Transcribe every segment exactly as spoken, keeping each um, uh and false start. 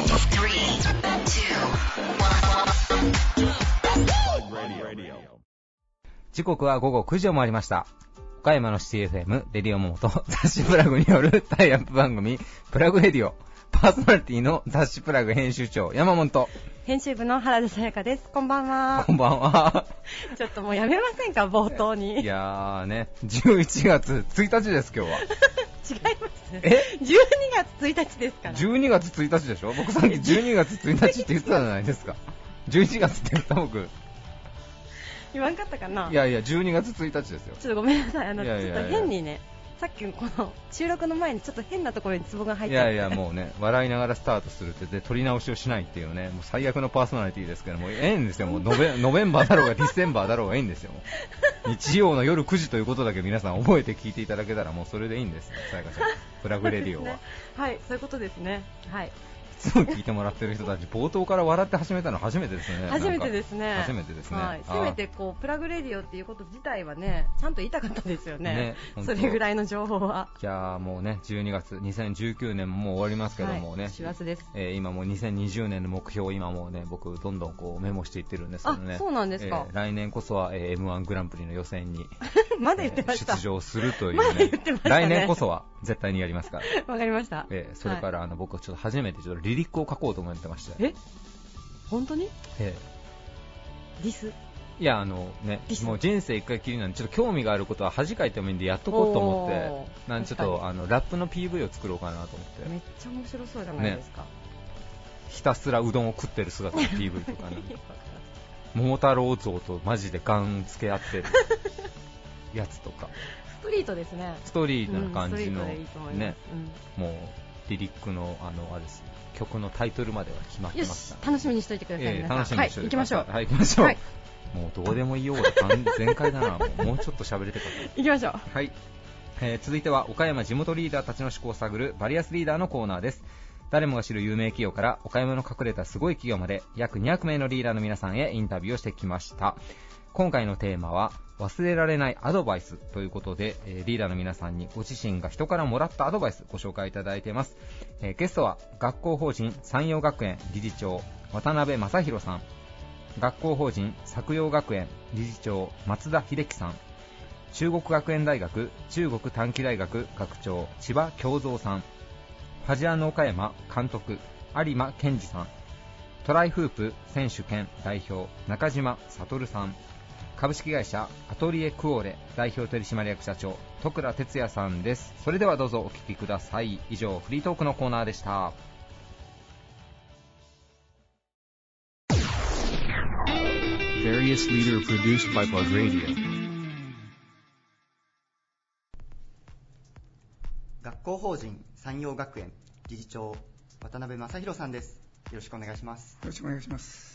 時刻は午後くじを回りました。岡山のシティ エフエム レディオモモと雑誌プラグによるタイアップ番組プラグレディオ、パーソナリティの雑誌プラグ編集長山本と編集部の原田さやかです。こんばんは。 こんばんは。 ちょっともうやめませんか、冒頭に。 いやーね、じゅういちがつついたちです今日は。 違います。 えじゅうにがつついたちですから。 じゅうにがつついたちでしょ。僕さっきじゅうにがつついたちって言ってたじゃないですか。じゅういちがつって言った僕。 言わんかったかな。 いやいやじゅうにがつついたちですよ。 ちょっとごめんなさい。あのいやいやいやちょっと変にね、さっきこの収録の前にちょっと変なところにツボが入っていやいやもうね、笑いながらスタートするってで取り直しをしないっていうね、もう最悪のパーソナリティですけども、ええんですよ。もうノベノベンバーだろうがディセンバーだろうがいいんですよ。日曜の夜くじということだけ皆さん覚えて聞いていただけたらもうそれでいいんですよ。さやかちゃん、プラグレディオは、ね、 はい、そういうことですね。はい。 いつも聞いてもらってる人たち冒頭から笑って始めたの初めてですね。 初めてですね。 初めてですね、はい、 せめてこうプラグレディオっていうこと自体はねちゃんと言いたかったですよね。ね、それぐらいの情報は。 いやもうね、じゅうにがつにせんじゅうきゅうねんももう終わりますけどもね、 はい、師走です。 えー、今もうにせんにじゅうねんの目標を今もうね僕どんどんこうメモしていってるんですけどね。 あ、そうなんですか。 えー、来年こそは、えー、エムワン グランプリの予選にまだ言ってました、 えー、出場するというね。 まだ言ってましたね。 来年こそは絶対にやりますから。 わかりました。 えー、それから、はい、あの僕ちょっと初めてちょっとリリックを書こうと思ってまして。 え、本当に？ えー、ディス？ いやあのね、もう人生一回きりなんでちょっと興味があることは恥かいてもいいんでやっとこうと思ってなんでちょっとあのラップの ピーブイ を作ろうかなと思って。 めっちゃ面白そうじゃないですか、ね、 ひたすらうどんを食ってる姿の ピーブイ とかね桃太郎像とマジでガンつけ合ってるやつとかストリートですね。 ストリートな感じの、 うん、いいと思いますね、 うん、 もうリリックのあのあれです曲のタイトルまでは決まってますから、 ね、楽しみにしておいてください、 えー、楽しみにしておいてください。 はい、 はい、行きましょう。 はい、 もうどうでもいいような全開だな。もう、もうちょっと喋れてかった。 行きましょう。 はい、えー、続いては岡山地元リーダーたちの思考を探るバリアスリーダーのコーナーです。誰もが知る有名企業から岡山の隠れたすごい企業まで約にひゃくめいのリーダーの皆さんへインタビューをしてきました。今回のテーマは忘れられないアドバイスということで、えー、リーダーの皆さんにご自身が人からもらったアドバイスご紹介いただいています。えー、ゲストは学校法人山陽学園理事長渡辺正弘さん、学校法人作陽学園理事長松田秀樹さん、中国学園大学中国短期大学学長千葉京三さん、ファジアーノ岡山監督有馬健二さん、トライフープ選手兼代表中島悟さん、株式会社アトリエクオーレ代表取締役社長徳倉哲也さんです。それではどうぞお聞きください。以上フリートークのコーナーでした。 学校法人山陽学園理事長渡辺正弘さんです。よろしくお願いします。 よろしくお願いします。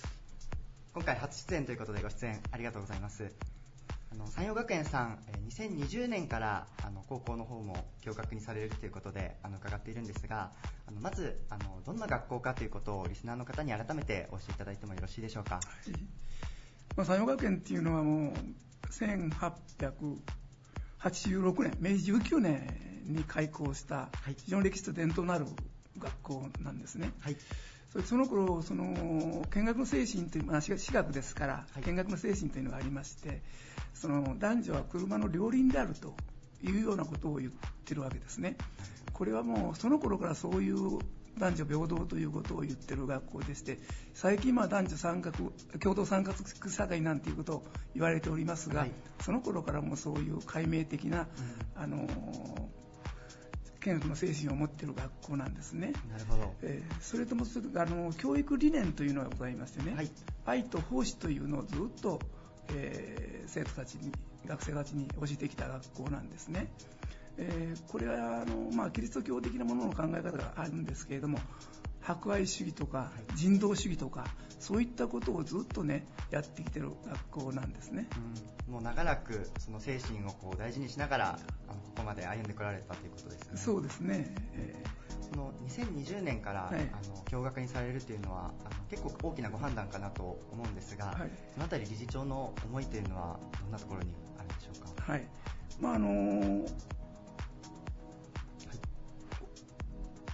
今回初出演ということでご出演ありがとうございます。あの山陽学園さん、にせんにじゅうねんからあの高校の方も教学にされるということであの伺っているんですが、あのまずあのどんな学校かということをリスナーの方に改めてお教えいただいてもよろしいでしょうか。はい、 まあ、山陽学園っていうのはもうせんはっぴゃくはちじゅうろくねん、めいじじゅうきゅうねんに開校した非常に歴史と伝統のある学校なんですね。はい、その頃その見学の精神という、まあ、私学ですから、はい、見学の精神というのがありまして、その男女は車の両輪であるというようなことを言ってるわけですね。これはもうその頃からそういう男女平等ということを言ってる学校でして、最近は男女参画共同参画社会なんていうことを言われておりますが、はい、その頃からもそういう解明的な、うん、あの見学の精神を持っている学校なんですね。 なるほど。 えー、それともあの教育理念というのがございましてね、はい、愛と奉仕というのをずっと、えー、生徒たちに学生たちに教えてきた学校なんですね。えー、これはあの、まあ、キリスト教的なものの考え方があるんですけれども、博愛主義とか人道主義とかそういったことをずっとねやってきてる学校なんですね。 うん、もう長らくその精神をこう大事にしながらあのここまで歩んでこられたということですね。 そうですね。えー、このにせんにじゅうねんから、はい、あの教学にされるというのはあの結構大きなご判断かなと思うんですが、はい、そのあたり理事長の思いというのはどんなところにあるんでしょうか。 はい、まああのー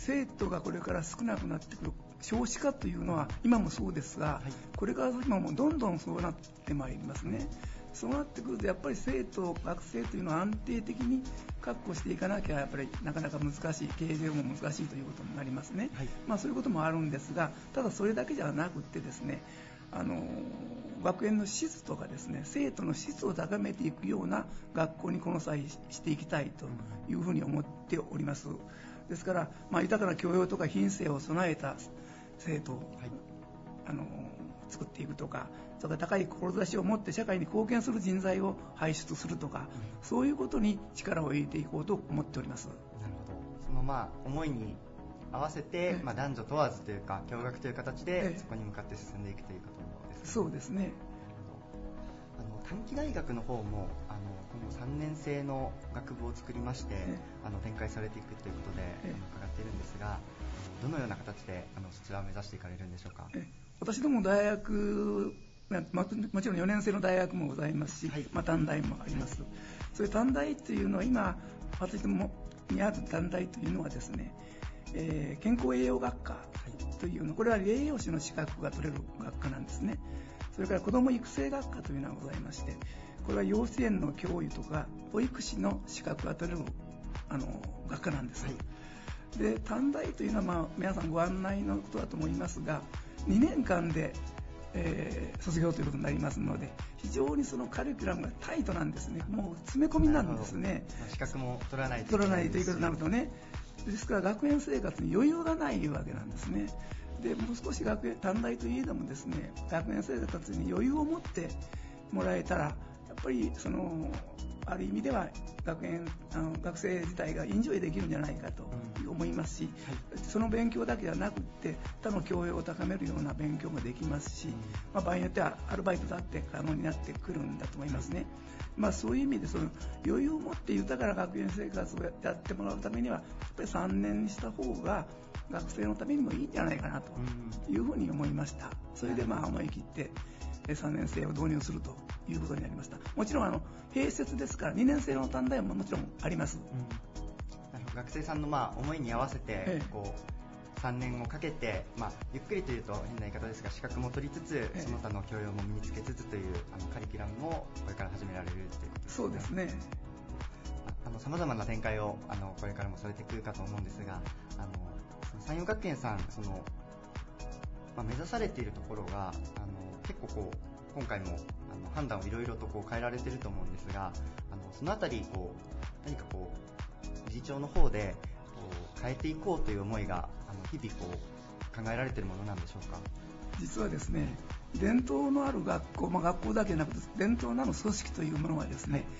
生徒がこれから少なくなってくる少子化というのは今もそうですが、はい、これから今もどんどんそうなってまいりますね。そうなってくるとやっぱり生徒学生というのは安定的に確保していかなきゃやっぱりなかなか難しい、経営上も難しいということになりますね、はい、まあ、そういうこともあるんですが、ただそれだけじゃなくてですね、あの学園の質とかですね、生徒の質を高めていくような学校にこの際していきたいというふうに思っております。ですから、まあ、豊かな教養とか品性を備えた生徒を、はい、あの作っていくとか、それから高い志を持って社会に貢献する人材を輩出するとか、うん、そういうことに力を入れていこうと思っております。なるほど。そのまあ思いに合わせて、まあ、男女問わずというか共学という形でそこに向かって進んでいくということですね。 そうですね。 あの短期大学の方もあの今後さんねん生の学部を作りましてあの展開されていくということで伺っているんですが、どのような形であのそちらを目指していかれるんでしょうか。 私ども大学、ま、もちろんよねん生の大学もございますし、はい、まあ、短大もあります。そういう短大というのは今私どもにある短大というのはですね、えー、健康栄養学科というの、これは栄養士の資格が取れる学科なんですね。それから子ども育成学科というのがございまして、これは幼稚園の教諭とか保育士の資格が取れるあの学科なんです、はい、で短大というのは、まあ、皆さんご案内のことだと思いますが、にねんかんで、えー、卒業ということになりますので、非常にそのカリキュラムがタイトなんですね。もう詰め込みなんですね。 資格も取らないといけない取らないということになるとね、ですから学園生活に余裕がないわけなんですね。でもう少し学園短大といえどもですね、学園生活に余裕を持ってもらえたら、やっぱりそのある意味では学園あの学生自体がエンジョイできるんじゃないかと思いますし、うん、はい、その勉強だけではなくって他の教養を高めるような勉強もできますし、うん、まあ、場合によってはアルバイトだって可能になってくるんだと思いますね、まあ、そういう意味でその余裕を持って豊かな学園生活をやってもらうためにはやっぱりさんねんにした方が学生のためにもいいんじゃないかなというふうに思いました。それでまあ思い切ってさんねん生を導入するということになりました。もちろんあの併設ですからにねん生の短大ももちろんあります、 うん、学生さんのまあ思いに合わせてこうさんねんをかけて、まあ、ゆっくりというと変な言い方ですが資格も取りつつその他の教養も身につけつつというあのカリキュラムもこれから始められるということですね。 そうですね。 さまざまな展開をあのこれからもされてくるかと思うんですが、あの山陽学園さんその、まあ、目指されているところがあの結構こう今回もあの判断をいろいろとこう変えられていると思うんですが、あのそのあたりこう何かこう理事長の方でこう変えていこうという思いがあの日々こう考えられているものなんでしょうか。 実はですね、伝統のある学校、まあ、学校だけでなくて伝統のある組織というものはですね、はい、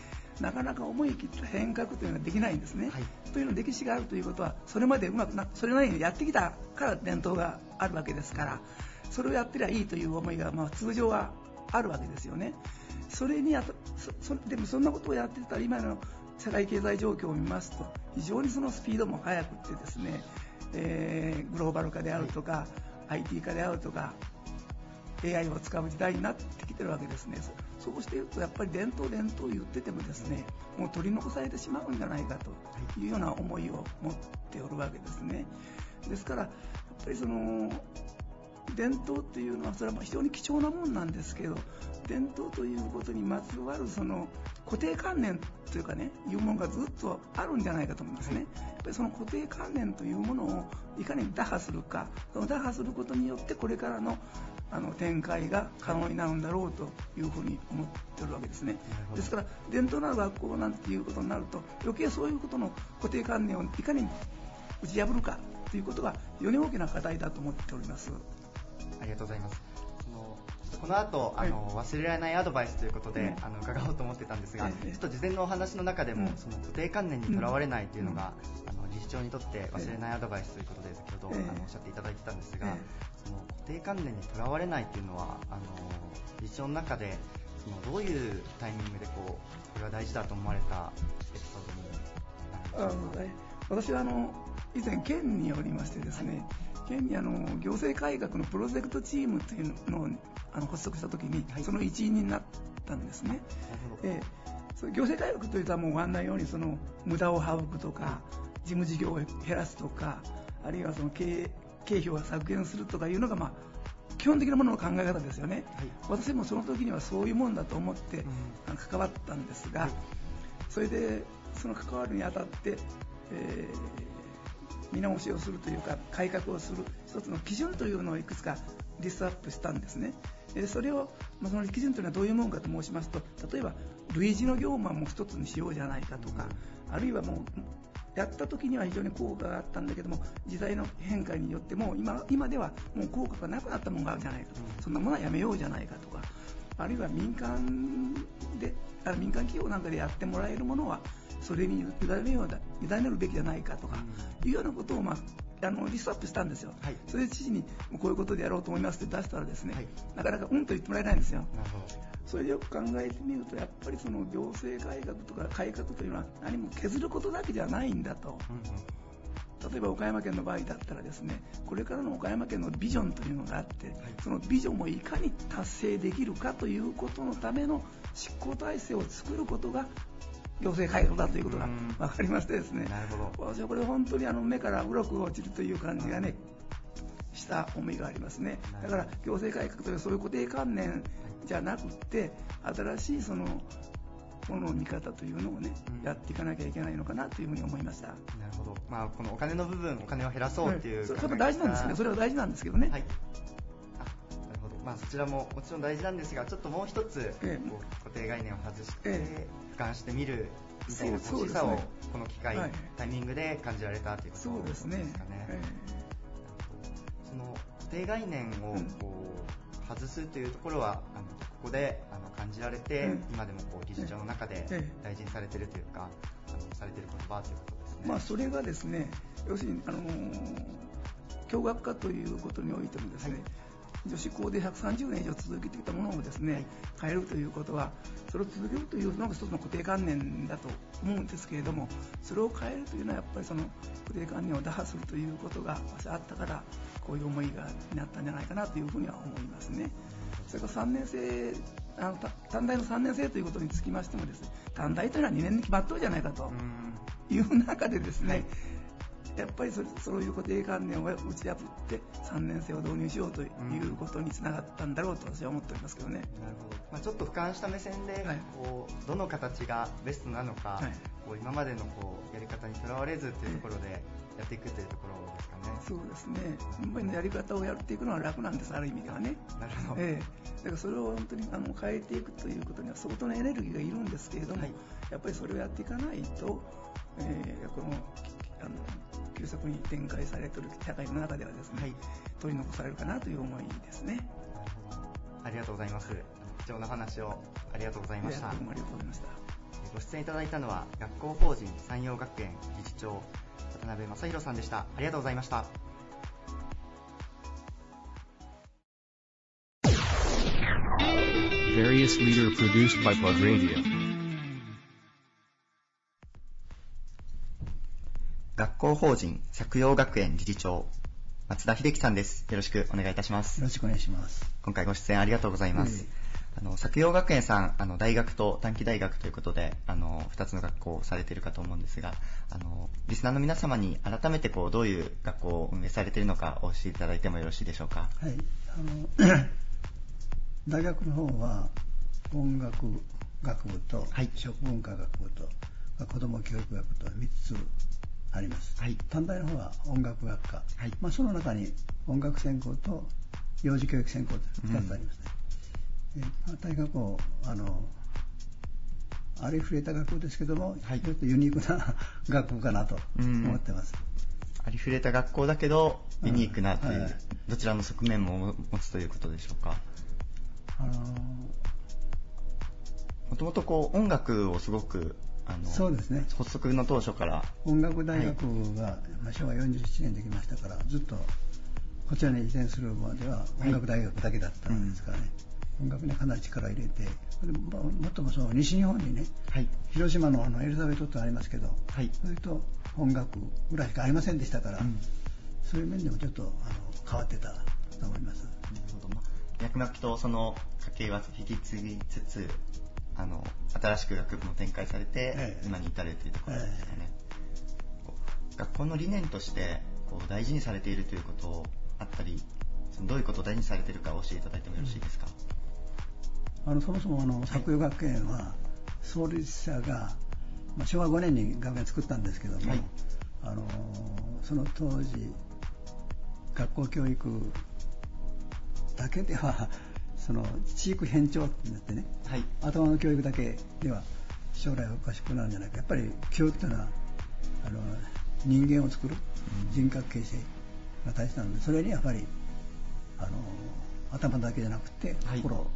なかなか思い切った変革というのができないんですね、はい、というの歴史があるということはそれまでうまくなそれなりにやってきたから伝統があるわけですから、それをやってりゃいいという思いがまあ通常はあるわけですよね。それにあと そ, そでもそんなことをやってたら今の社会経済状況を見ますと非常にそのスピードも速くてですね、えー、グローバル化であるとか、はい、アイティー 化であるとか エーアイ を使う時代になってきてるわけですね。そうしているとやっぱり伝統伝統言っててもですね、もう取り残されてしまうんじゃないかというような思いを持っておるわけですね。ですからやっぱりその伝統というのはそれは非常に貴重なものなんですけど、伝統ということにまつわるその固定観念というかね、いうものがずっとあるんじゃないかと思いますね。やっぱりその固定観念というものをいかに打破するか、その打破することによってこれからのあの展開が可能になるんだろうというふうに思っているわけですね。ですから伝統のある学校なんていうことになると余計そういうことの固定観念をいかに打ち破るかということが非常に大きな課題だと思っております。 ありがとうございます。そのこの後、はい、あの忘れられないアドバイスということで、うん、あの伺おうと思ってたんですが、はい、ちょっと事前のお話の中でも、うん、その固定観念にとらわれないというのが、うん、あの理事長にとって忘れないアドバイスということで先ほど、えー、あのおっしゃっていただいてたんですが、えー、その固定観念にとらわれないというのはあの理事長の中でそのどういうタイミングでこうこれは大事だと思われたエピソードになるんでしょうか。 あの私はあの以前県におりましてですね、県にあの行政改革のプロジェクトチームというのをあの発足したときに、はい、その一員になったんですね。えー、その行政改革というともうご案内のようにその無駄を省くとか事務事業を減らすとかあるいはその経経費を削減するとかいうのが、まあ、基本的なものの考え方ですよね、はい、私もその時にはそういうもんだと思って、うん、関わったんですが、はい、それでその関わるにあたって、えー、見直しをするというか改革をする一つの基準というのをいくつかリストアップしたんですね。えー、それを、まあ、その基準というのはどういうものかと申しますと、例えば類似の業務はもう一つにしようじゃないかとか、あるいはもうやった時には非常に効果があったんだけども、時代の変化によっても 今, 今ではもう効果がなくなったものがあるじゃないかと、そんなものはやめようじゃないかとか、あるいは民間であ民間企業なんかでやってもらえるものはそれに委ねようだ委ねるべきじゃないかとかいうようなことを、まあ、あのリストアップしたんですよ、はい、それで知事にこういうことでやろうと思いますって出したらですね、はい、なかなかうんと言ってもらえないんですよ。なるほど。それでよく考えてみると、やっぱりその行政改革とか改革というのは何も削ることだけじゃないんだと、うんうん、例えば岡山県の場合だったらですね、これからの岡山県のビジョンというのがあって、はい、そのビジョンをいかに達成できるかということのための執行体制を作ることが行政改革だということが分かりましてですね、なるほど。私はこれ本当にあの目から鱗が落ちるという感じがね、した思いがありますね。だから行政改革というそういう固定観念じゃなくて、新しいそのものの見方というのをね、うん、やっていかなきゃいけないのかなというふうに思いました。なるほど。まあ、このお金の部分、お金を減らそうっていう、 うん、それは大事なんですけど、それは大事なんですけどね。はい。 あ、なるほど。まあ、そちらももちろん大事なんですが、ちょっともう一つ、ええ、こう固定概念を外して、ええ、俯瞰してみるみたいな楽しさをこの機会、はい、タイミングで感じられたということですかね。そうですね。ええ、その固定概念をこう外すというところは、あのここであの感じられて、うん、今でもこう議事長の中で大事にされているというか、あのされている言葉ということですね。 まあ、それがですね、要するにあの共学化ということにおいてもですね、はい、女子校でひゃくさんじゅうねん以上続けてきたものをですね、はい、変えるということは、それを続けるというのが一つの固定観念だと思うんですけれども、それを変えるというのはやっぱりその固定観念を打破するということがあったから、こういう思いがなったんじゃないかなというふうには思いますね。それからさんねん生、あの短大のさんねん生ということにつきましてもですね、短大というのはにねんに決まっとるじゃないかという中でですね、はい、やっぱりそそういう固定観念を打ち破ってさんねん生を導入しようということにつながったんだろうと私は思っておりますけどね。なるほど。まあ、ちょっと俯瞰した目線で、はい、こうどの形がベストなのか、はい、こう今までのこうやり方にとらわれずというところでやっていくというところですかね。 そうですね。今までのやり方をやっていくのは楽なんです、ある意味ではね。なるほど。ええ、だからそれを本当にあの変えていくということには相当なエネルギーがいるんですけれども、はい、やっぱりそれをやっていかないと、えー、このあの急速に展開されている社会の中ではですね、はい、取り残されるかなという思いですね。 なるほど。ありがとうございます。貴重な話をありがとうございました。 どうもありがとうございました。 ご出演いただいたのは学校法人山陽学園理事長渡辺正弘さんでした。ありがとうございました。 Various leader produced by Plug Radio。 学校法人作陽学園理事長松田秀樹さんです。よろしくお願いいたします。 よろしくお願いします。 今回ご出演ありがとうございます。あの作陽学園さん、あの大学と短期大学ということであのふたつの学校をされているかと思うんですが、あのリスナーの皆様に改めてこうどういう学校を運営されているのかお教えいただいてもよろしいでしょうか。 はい、あの大学の方は音楽学部と食文化学部と、はい、子ども教育学部とみっつあります、はい、短大の方は音楽学科、はい、まあ、その中に音楽専攻と幼児教育専攻とふたつありますね、うんえ大学をあのありふれた学部ですけども、はい、ちょっとユニークな学部かなと思ってます、 うん、ありふれた学校だけどユニークなという、はい、どちらの側面も持つということでしょうか。あのー、もともとこう音楽をすごくあのそうですね、 発足の当初から音楽大学が、はい、まあ、しょうわよんじゅうななねんできましたから、ずっとこちらに移転するまでは音楽大学だけだったんですからね、はい、うん、音楽にかなり力を入れて、でもっともその西日本にね、はい、広島 の, あのエリザベートってありますけど、はい、それと音楽ぐらいしかありませんでしたから、うん、そういう面でもちょっとあの変わってたと思います。なるほど、まあ、脈々とその家系は引き継ぎつつ、あの新しく学部も展開されて、ええ、今に至るというところですかね、ええ、学校の理念としてこう大事にされているということあったり、どういうことを大事にされているか教えていただいてもよろしいですか。 あのそもそもあの作陽学園は創立者が、まあ、しょうわごねんに学園作ったんですけども、はい、あのその当時学校教育だけではその地域偏重ってなってね、はい、頭の教育だけでは将来おかしくなるんじゃないか。やっぱり教育というのはあの人間を作る人格形成が大切なので、それにやっぱりあの頭だけじゃなくて心、はい、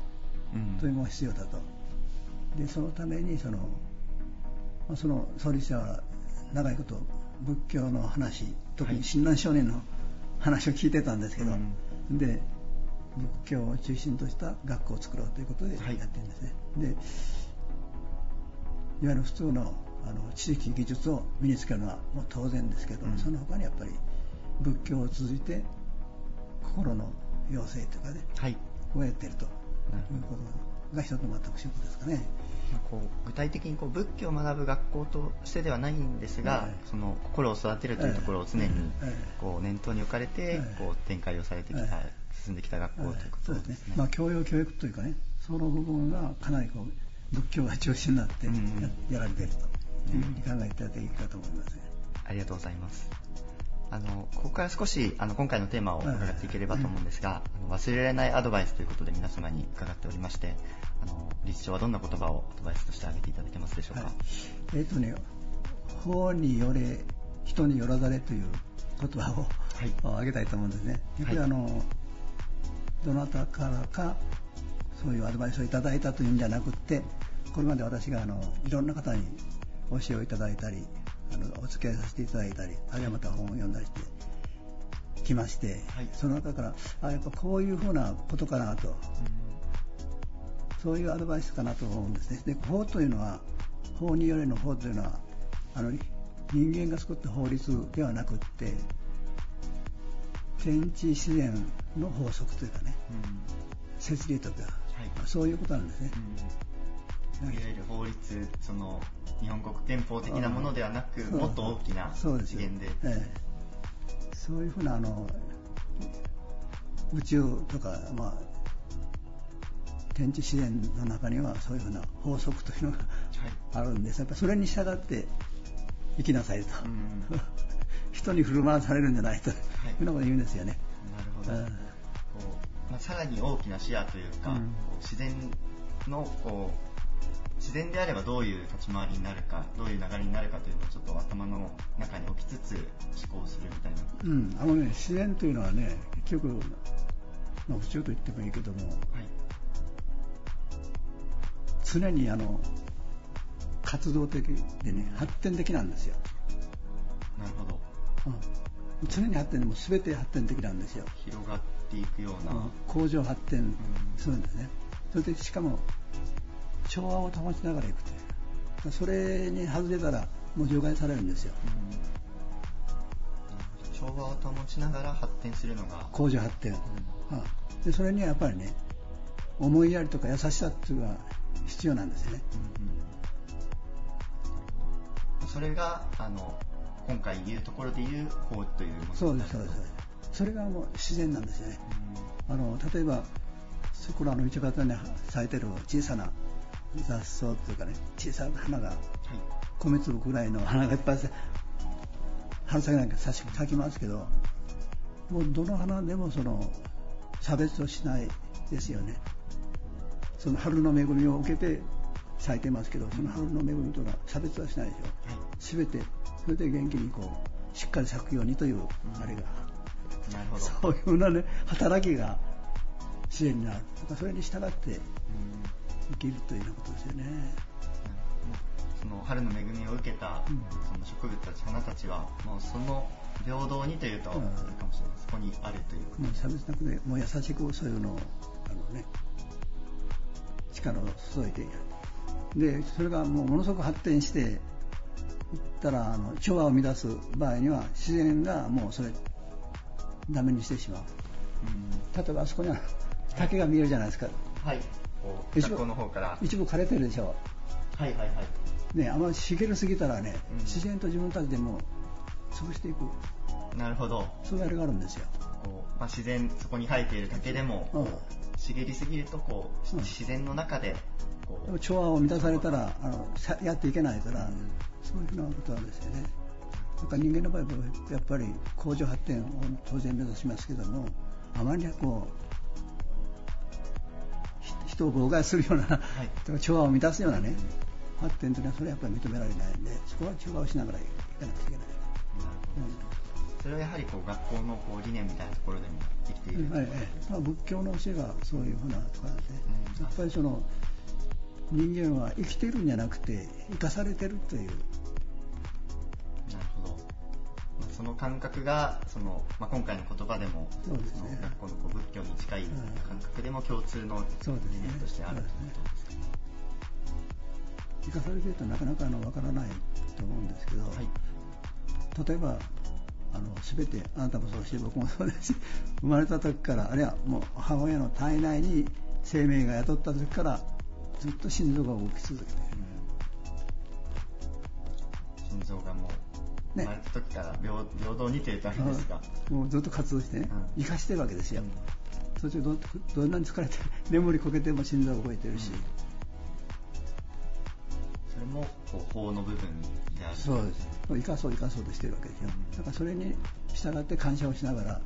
というのも必要だと。でそのためにその、まあ、その創立者は長いこと仏教の話、特に親鸞少年の話を聞いてたんですけど、はい、で仏教を中心とした学校を作ろうということでやってるんですね。はい、でいわゆる普通の、あの知識技術を身につけるのはもう当然ですけど、うん、その他にやっぱり仏教を通じて心の養成というかね、はい、をやっているということが一つの特色ですかね。 こう具体的にこう仏教を学ぶ学校としてではないんですが、はい、その心を育てるというところを常にこう念頭に置かれてこう展開をされてきた、はい、進んできた学校ということですね。そうですね。 まあ、教養教育というかね、その部分がかなりこう仏教が中心になってや、うん、やられているというふうに考えていただいていいかと思います、ね。 ありがとうございます。あのここから少しあの今回のテーマを伺っていければと思うんですが、はい、あの忘れられないアドバイスということで皆様に伺っておりまして、あの理事長はどんな言葉をアドバイスとして挙げていただけますでしょうか。はい、 えーとね、法によれ人によらざれという言葉を、はい、挙げたいと思うんですね。やっぱりあの、はい、どなたからかそういうアドバイスをいただいたというんじゃなくて、これまで私があのいろんな方に教えをいただいたり、あのお付き合いさせていただいたり、あるいはまた本を読んだりしてきまして、はい、その中からあやっぱこういうふうなことかなと、うん、そういうアドバイスかなと思うんですね。で法というのは、法によれの法というのはあの人間が作った法律ではなくって、天地自然の法則というかね、うん、摂理とか、はい、そういうことなんですね。 うん、いわゆる法律、その日本国憲法的なものではなく、もっと大きな次元で、 ええ、そういうふうなあの宇宙とか、まあ、天地自然の中にはそういうふうな法則というのがあるんです。やっぱそれに従って生きなさいと、うん、人に振る舞わされるんじゃないと、はい、いうようなことを言うんですよね。 なるほど。こう、まあ、さらに大きな視野というか、うん、こう自然のこう自然であればどういう立ち回りになるか、どういう流れになるかというのをちょっと頭の中に置きつつ思考するみたいな。 うん、あのね、自然というのはね、結局、まあ、宇宙と言ってもいいけども、はい、常にあの活動的でね、発展的なんですよ。 なるほど。 うん、常に発展でも全て発展的なんですよ。 広がっていくような。うん、 向上発展するんですね。うん、それでしかも調和を保ちながらいくという、それに外れたらもう除外されるんですよ。 うん、調和を保ちながら発展するのが向上発展、うん、でそれにはやっぱりね、思いやりとか優しさっていうのが必要なんですよね。 うん、それがあの今回言うところで言う法というもの。 そうですそうです。それがもう自然なんですよね。うん、あの例えばそこらの道端に咲いてる小さな雑草というかね、小さな花が、はい、米粒くらいの花がいっぱい春先なんか咲きますけど、もうどの花でもその差別をしないですよね。その春の恵みを受けて咲いてますけど、その春の恵みというのは差別はしないでしょ。すべ、はい、てそれで元気にこうしっかり咲くようにという、うん、あれが、 なるほど、 そういうふうなね働きが自然になる。それに従って、うん生きるというようなことですよね。 その春の恵みを受けた、うん、その植物たち、花たちはもうその平等にというとあるかもしれない、そこにあるということ。 もう差別なくて、もう優しくそういうのをあの、ね、力を注いでいる。でそれがもうものすごく発展していったら、あの調和を乱す場合には自然がもうそれダメにしてしまう。うん、例えばあそこには竹が見えるじゃないですか。 はい、学校の方から一部枯れてるでしょ。 はいはいはい。 ね、あんまり茂りすぎたらね、うん、自然と自分たちでも潰していく。 なるほど。 そういうあれがあるんですよ。 こう、まあ、自然、そこに生えている竹でも、うん、茂りすぎるとこう、うん、自然の中でこう調和を満たされたらあのやっていけないから、うん、そういうふうなことなんですよね。なんか人間の場合はやっぱり工場発展を当然目指しますけども、あまりこう人を妨害するような、はい、調和を満たすようなね、発展というのはそれはやっぱり認められないんで、そこは調和をしながらいかなくちゃいけない。 うん、それはやはりこう学校のこう理念みたいなところでも生きている、 はいはい、まあ、仏教の教えがそういうふうなところですね、うん、やっぱりその人間は生きているんじゃなくて生かされているという。なるほど。まあ、その感覚がその、まあ、今回の言葉でもそうです、ね、 その学校のこう仏教に近い感覚でも共通の理念としてあるということですね。 生かされているとなかなかあの分からないと思うんですけど、はい、例えばあの全てあなたもそうし僕もそうですし、生まれた時からあるいはもう母親の体内に生命が宿った時からずっと心臓が動き続けている、 うん、心臓がもう生まれた時から 平,、ね、平等にというとあれですか、 もうずっと活動してね、うん、生かしてるわけですよ、うん、途中 ど, どんなに疲れて眠りこけても心臓が動いてるし、うん、 それもこう法の部分である。 そうです。生かそう生かそうとしてるわけですよ、うん、だからそれに従って感謝をしながら、はい、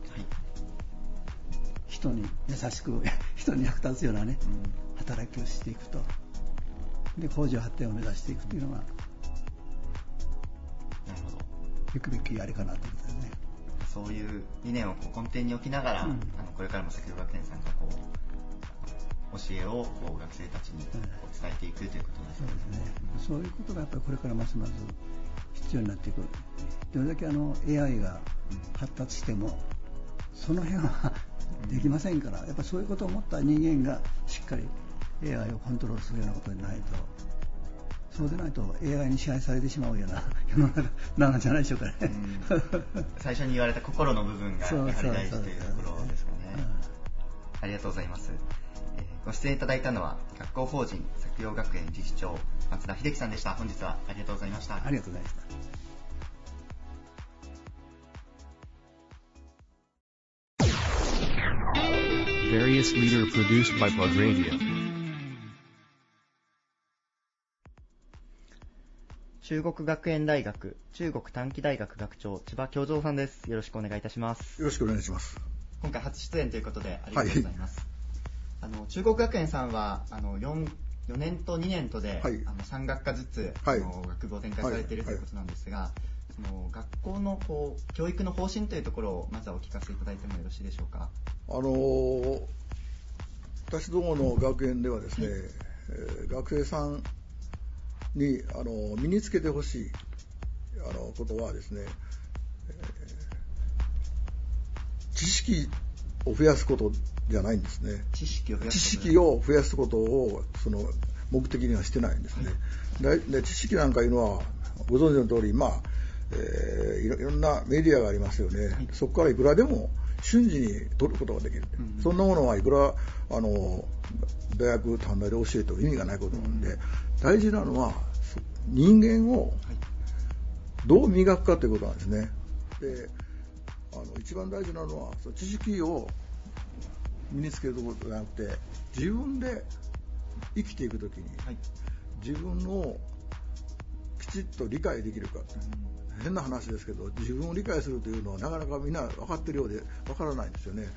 人に優しく人に役立つようなね、うん、働きをしていくと、で工場発展を目指していくというのが、なるほど、行くべきあれかなということですね。 そういう理念をこう根底に置きながら、うん、あのこれからも先ほど学園さんがこう教えをこう学生たちにこう伝えていくということですね。 そうですね。そういうことがやっぱりこれからますます必要になっていく。どれだけあの エーアイ が発達しても、うん、その辺はできませんから、やっぱりそういうことを思った人間がしっかり エーアイ をコントロールするようなことにないと、そうでないと エーアイ に支配されてしまうような世の中なんじゃないでしょうかね。うん、 最初に言われた心の部分がやはり大事というところですかね。ありがとうございます。ご出演いただいたのは学校法人作陽学園理事長松田秀樹さんでした。本日はありがとうございました。 ありがとうございました。 Various leader produced by Plug Radio。 中国学園大学中国短期大学学長千葉教蔵さんです。よろしくお願いいたします。 よろしくお願いします。 今回初出演ということでありがとうございます。はい、あの中国学園さんはあの 4, よねんとにねんとで、はい、あのさん学科ずつ、はい、あの学部を展開されている、はい、ということなんですが、その学校のこう教育の方針というところをまずはお聞かせいただいてもよろしいでしょうか。 あのー、私どもの学園ではですね、はい、えー、学生さんにあの身につけてほしいあのことはですね、えー、知識を増やすことじゃないんですね。 知識を増やすこと、 知識を増やすことをその目的にはしてないんですね。はい、で, で知識なんかいうのはご存知の通り、まあえー、いろいろんなメディアがありますよね。はい、そこからいくらでも瞬時に取ることができる。うん、そんなものはいくらあの大学短大で教えても意味がないことなんで、うん、大事なのは人間をどう磨くかということなんですね。であの一番大事なのはその知識を身につけることじゃなくて、自分で生きていくときに、はい、自分をきちっと理解できるか、うん、変な話ですけど、自分を理解するというのはなかなかみんな分かってるようで分からないんですよね。はい、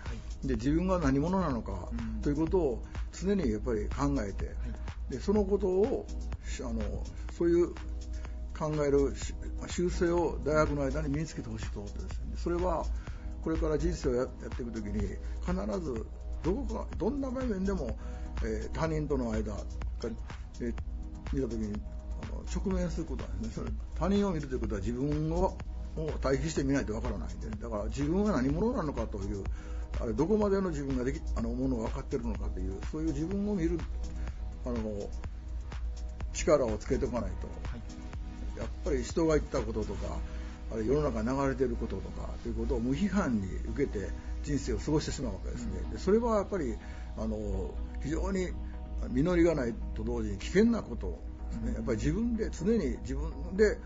で自分が何者なのか、うん、ということを常にやっぱり考えて、はい、でそのことをあのそういう考える習性を大学の間に身につけてほしいと思ってですね、それはこれから人生を や, やっていくときに必ずどこかどんな場面でも、えー、他人との間が、えー、見たときにあの直面することなんですね。それ他人を見るということは自分を対比してみないとわからないんで、だから自分は何者なのかというあれどこまでの自分ができあのものが分かっているのかというそういう自分を見るあの力をつけておかないと、はい、やっぱり人が言ったこととかあれ世の中に流れていることとかということを無批判に受けて人生を過ごしてしまうわけですね。でそれはやっぱりあの非常に実りがないと同時に危険なことですね。やっぱり自分で常に自分で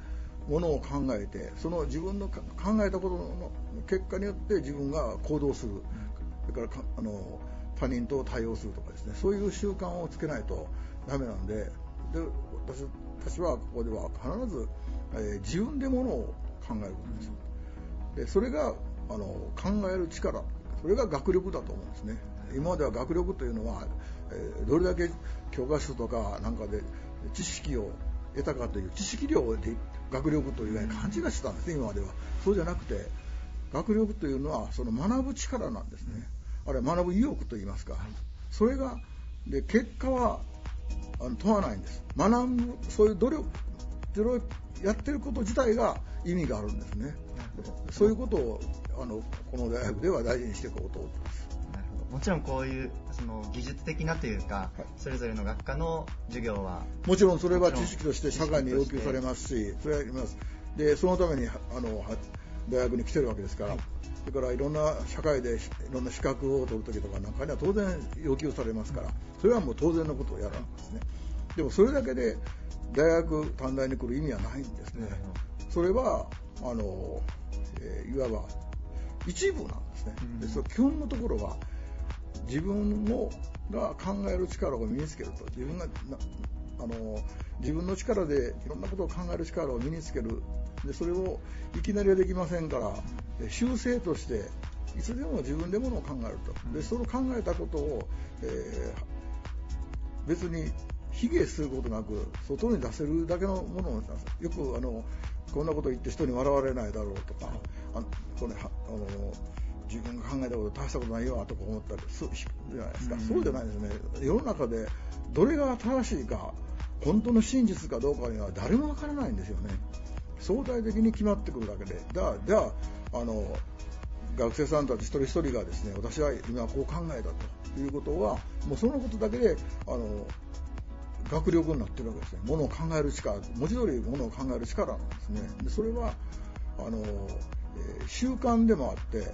ものを考えて、その自分の考えたことの結果によって自分が行動する、それからあの他人と対応するとかですね、そういう習慣をつけないとダメなんで、で 私, 私はここでは必ず、えー、自分でものを考えることです。でそれがあの考える力、それが学力だと思うんですね。今までは学力というのは、えー、どれだけ教科書とかなんかで知識を得たかという知識量で学力というふうに勘違いしてたんですね、今までは。そうじゃなくて、学力というのはその学ぶ力なんですね。あれは学ぶ意欲といいますか、それがで結果はあの問わないんです。学ぶ、そういう努力、それをやってること自体が意味があるんですね。そういうことをあのこの大学では大事にしていこうと思ってます。 なるほど。もちろんこういうその技術的なというか、はい、それぞれの学科の授業はもちろんそれは知識として社会に要求されますし、それはあります。でそのためにあの大学に来てるわけですから、はい、それからいろんな社会でいろんな資格を取るときとかなんかには当然要求されますから、それはもう当然のことをやるんですね。でもそれだけで大学短大に来る意味はないんですね。それはあの、えー、いわば一部なんですね。でその基本のところは自分のが考える力を身につけると、自分があの自分の力でいろんなことを考える力を身につける。でそれをいきなりはできませんから、習性としていつでも自分でものを考えると。でその考えたことを、えー、別に卑下することなく外に出せるだけのものを、よくあのこんなこと言って人に笑われないだろうとか、あのこれあの自分が考えたこと大したことないわとか思ったりするじゃないですか。うん、そうじゃないですね。世の中でどれが正しいか本当の真実かどうかには誰もわからないんですよね。相対的に決まってくるだけで、だじゃあ、あの学生さんたち一人一人がですね、私は今こう考えたということはもうそのことだけであの学力になってるわけですね。ものを考える力、文字通りものを考える力なんですね。でそれはあの、えー、習慣でもあって、はい、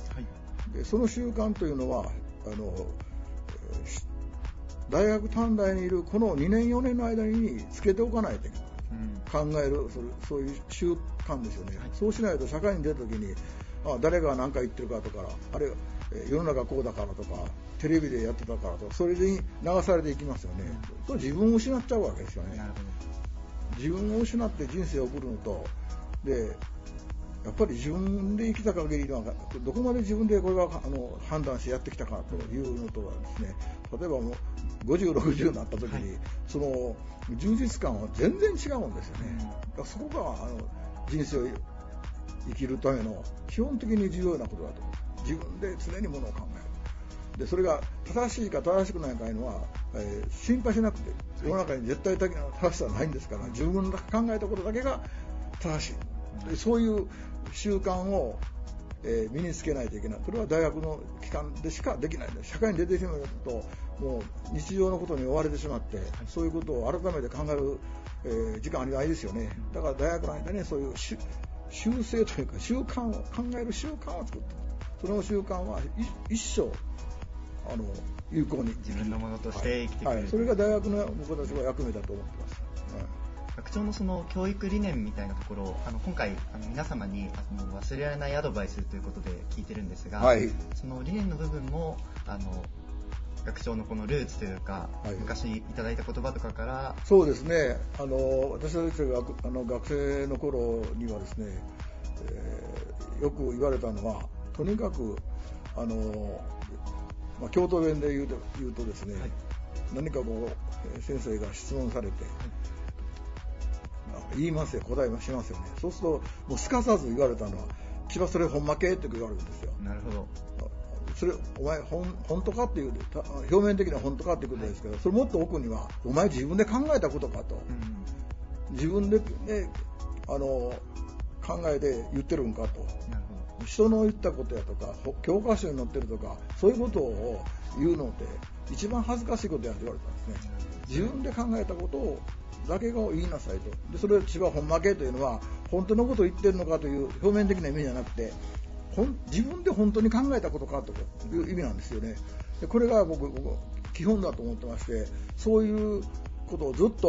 でその習慣というのはあの、えー、大学短大にいるこのにねんよねんの間につけておかないといけない。考えるそれそういう習慣ですよね。はい、そうしないと社会に出た時にあ誰が何か言ってるかとか、あれ世の中こうだからとかテレビでやってたからとか、それに流されていきますよね。と自分を失っちゃうわけですよね。なるほど。自分を失って人生を送るのとで、やっぱり自分で生きた限りのどこまで自分でこれがあの判断してやってきたかというのとはですね、例えばもうごじゅう、ろくじゅうになった時に、はい、その充実感は全然違うんですよね。だからそこがあの人生を生きるための基本的に重要なことだと思う。自分で常にものを考える。でそれが正しいか正しくないかいうのは、えー、心配しなくて、世の中に絶対的な正しさはないんですから、自分が考えたことだけが正しい。でそういう習慣を、えー、身につけないといけない。それは大学の期間でしかできないんです。社会に出てしまうともう日常のことに追われてしまって、そういうことを改めて考える、えー、時間はないですよね。だから大学の間にそういう習性というか習慣を考える習慣を作った。その習慣は一生あの有効に自分のものとして生きてくれる、 はいはい、それが大学の僕たちは役目だと思ってます。はい、 学長のその教育理念みたいなところをあの今回あの皆様にあの忘れられないアドバイスということで聞いてるんですが、はい、その理念の部分もあの学長のこのルーツというか、はい、昔いただいた言葉とかから。 そうですね、あの私たちがあの学生の頃にはですね、えー、よく言われたのはとにかくあの、まあ、京都弁で言うと、言うとですね、はい、何かこう先生が質問されて、はい、言いますよ、答えもしますよね。そうするともうすかさず言われたのは「君はそれほんまけ?」って言われるんですよ。 なるほど。 それお前ほん本当かっていう表面的には本当かっていうことですけど、はい、それもっと奥にはお前自分で考えたことかと、うん、自分で、ね、あの考えて言ってるんかと。なるほど。人の言ったことやとか教科書に載ってるとかそういうことを言うのって一番恥ずかしいことやって言われたんですね。自分で考えたことをだけが言いなさいと。でそれを千葉ほんまけというのは本当のことを言ってるのかという表面的な意味じゃなくて、自分で本当に考えたことかという意味なんですよね。でこれが僕、僕基本だと思ってまして、そういうことをずっと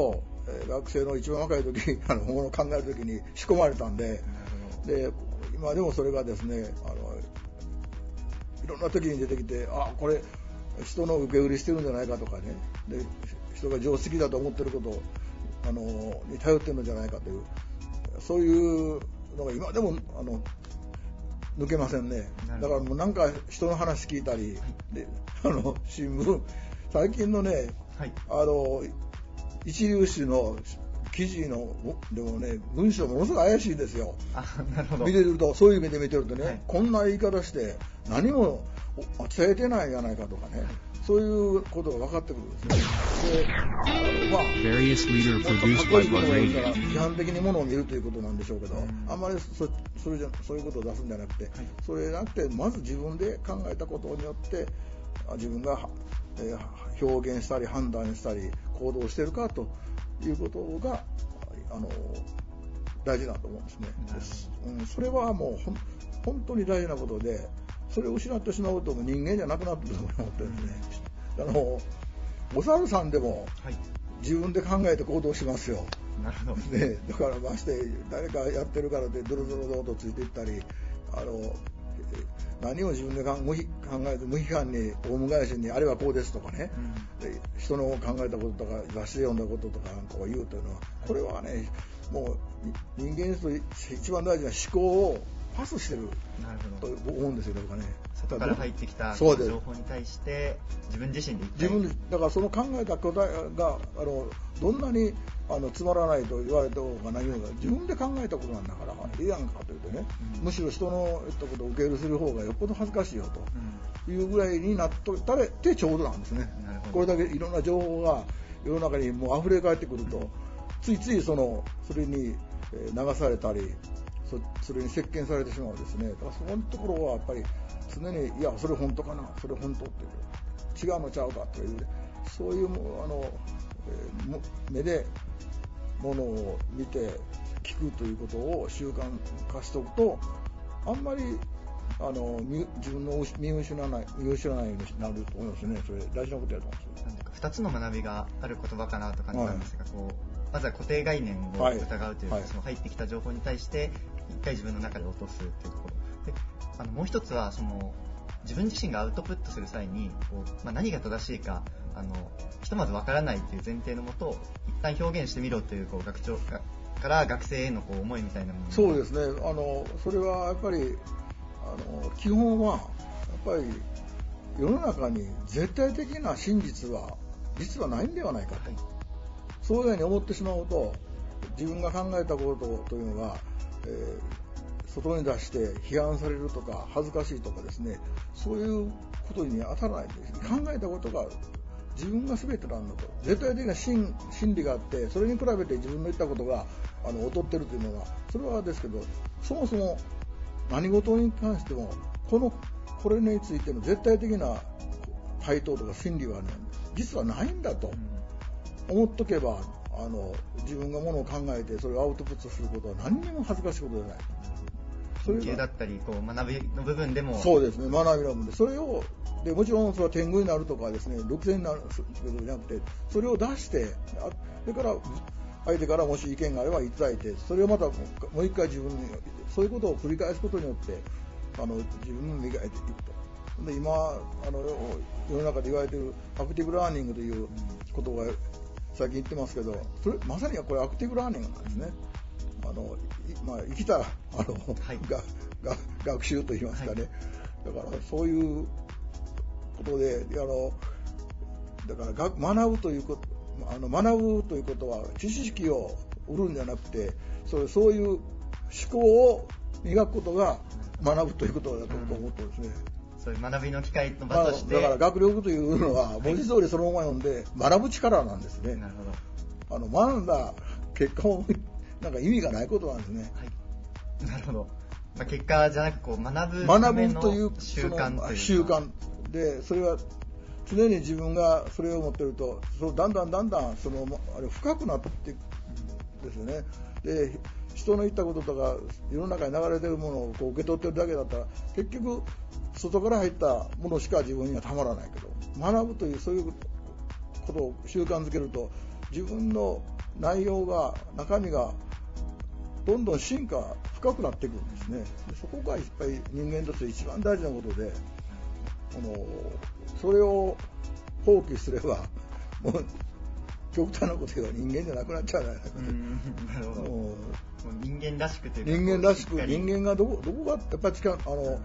えー、学生の一番若い時あのものを考える時に仕込まれたんで、で今でもそれがですね、あのいろんな時に出てきて、あこれ人の受け売りしてるんじゃないかとかね、で人が常識だと思ってることをあのに頼ってるのじゃないかという、そういうのが今でもあの抜けませんね。だからもうなんか人の話聞いたり、はい、であの新聞最近のね、はい、あの一流紙の記事のでもね文章ものすごく怪しいですよ。 あ、なるほど。 見てると、そういう目で見てるとね、 はい、 こんな言い方して何も伝えてないじゃないかとかね、はい、そういうことが分かってくるんですね。で、まあ、かっこいいことを言ったら批判的にものを見るということなんでしょうけど、あんまり そ, そ, れじゃそういうことを出すんじゃなくて、はい、それじゃなくてまず自分で考えたことによって自分が、えー、表現したり判断したり行動しているかということがあの大事だと思うんですね。うん、それはもうほん本当に大事なことで、それを失ってしまうともう人間じゃなくなってると思ってるんですね。あのお猿さんでも自分で考えて行動しますよ。 なるほど。 ね、だからまして誰かやってるからでドロドロドロとついていったり、あの何を自分で考えて無批判にオウム返しにあれはこうですとかね、うん、で人の考えたこととか雑誌で読んだこととかなんかを言うというのは、これはねもう人間と一番大事な思考をパスしてると思うんですよ。だからね、 外から入ってきた情報に対して自分自身で自分でだからその考えた答えがあのどんなにあのつまらないと言われた方が何もか自分で考えたことなんだからいいやんかというとね、うん、むしろ人の言ったことを受け入れする方がよっぽど恥ずかしいよというぐらいになっとったらってちょうどなんですね。これだけいろんな情報が世の中にもう溢れ返ってくると、うん、ついついそのそれに流されたりそ, それに接見されてしまうんですね。だからそのところはやっぱり常にいやそれ本当かな、それ本当って違うのちゃうかという、ね、そういうあの、えー、目でものを見て聞くということを習慣化しておくと、あんまりあの自分の見失わない見失わないようになると思いますね。それ大事なことやと思います。 なんかふたつの学びがある言葉かなと感じたんですが、はい、こうまずは固定概念を疑うというか、はいはい、その入ってきた情報に対して一回自分の中で落とすというところで、あのもう一つはその自分自身がアウトプットする際にこう、まあ、何が正しいかあのひとまずわからないという前提のもと一旦表現してみろという、こう学長から学生へのこう思いみたいなもの。 そうですね。あのそれはやっぱりあの基本はやっぱり世の中に絶対的な真実は実はないんではないかと、はい、そういうふうに思ってしまうと自分が考えたことというのが、えー、外に出して批判されるとか恥ずかしいとかですね、そういうことに当たらないんです。考えたことが自分が全てなんだと、絶対的な 真, 真理があって、それに比べて自分の言ったことがあの劣ってるというのは、それはですけど、そもそも何事に関してもこのこれについての絶対的な回答とか真理はね、実はないんだと思っとけば、あの自分がものを考えてそれをアウトプットすることは何にも恥ずかしいことじゃない。 研究だったりこう学びの部分でもそうですね、学びの部分でそれをでもちろんそれは天狗になるとかですね、独占になるということじゃなくて、それを出してそれから相手からもし意見があればいただいて、それをまたもう一回自分にそういうことを繰り返すことによってあの自分を磨いていくと。で今あの世の中で言われているアクティブラーニングということが最近言ってますけど、それまさにこれアクティブラーニングなんですね。あのまあ、生きたあの、はい、がが学習といいますかね、はい、だからそういうことであのだからが学ぶということあの学ぶということは知識を売るんじゃなくて、そうそういう思考を磨くことが学ぶということだと思ってですね、 うん、そういう学びの機会の場として、 だから学力というのは文字通りそのまま読んで学ぶ力なんですね。 なるほど。 あの学んだ結果をなんか意味がないことなんですね。 はい、なるほど。まあ、結果じゃなくこう学ぶための習慣という習慣で、それは常に自分がそれを持っていると、そのだんだんだんだんそのあれ深くなっていくんですよね。で、人の言ったこととか世の中に流れているものをこう受け取っているだけだったら、結局外から入ったものしか自分にはたまらないけど、学ぶというそういうことを習慣づけると、自分の内容が中身がどんどん進化深くなっていくんですね。でそこがやっぱり人間として一番大事なことで、あのそれを放棄すればもう極端なこと言えば人間じゃなくなっちゃうじゃないかと。 なるほど。もう人間らしくというか、 人間らしく、人間がどこどこがやっぱり力あの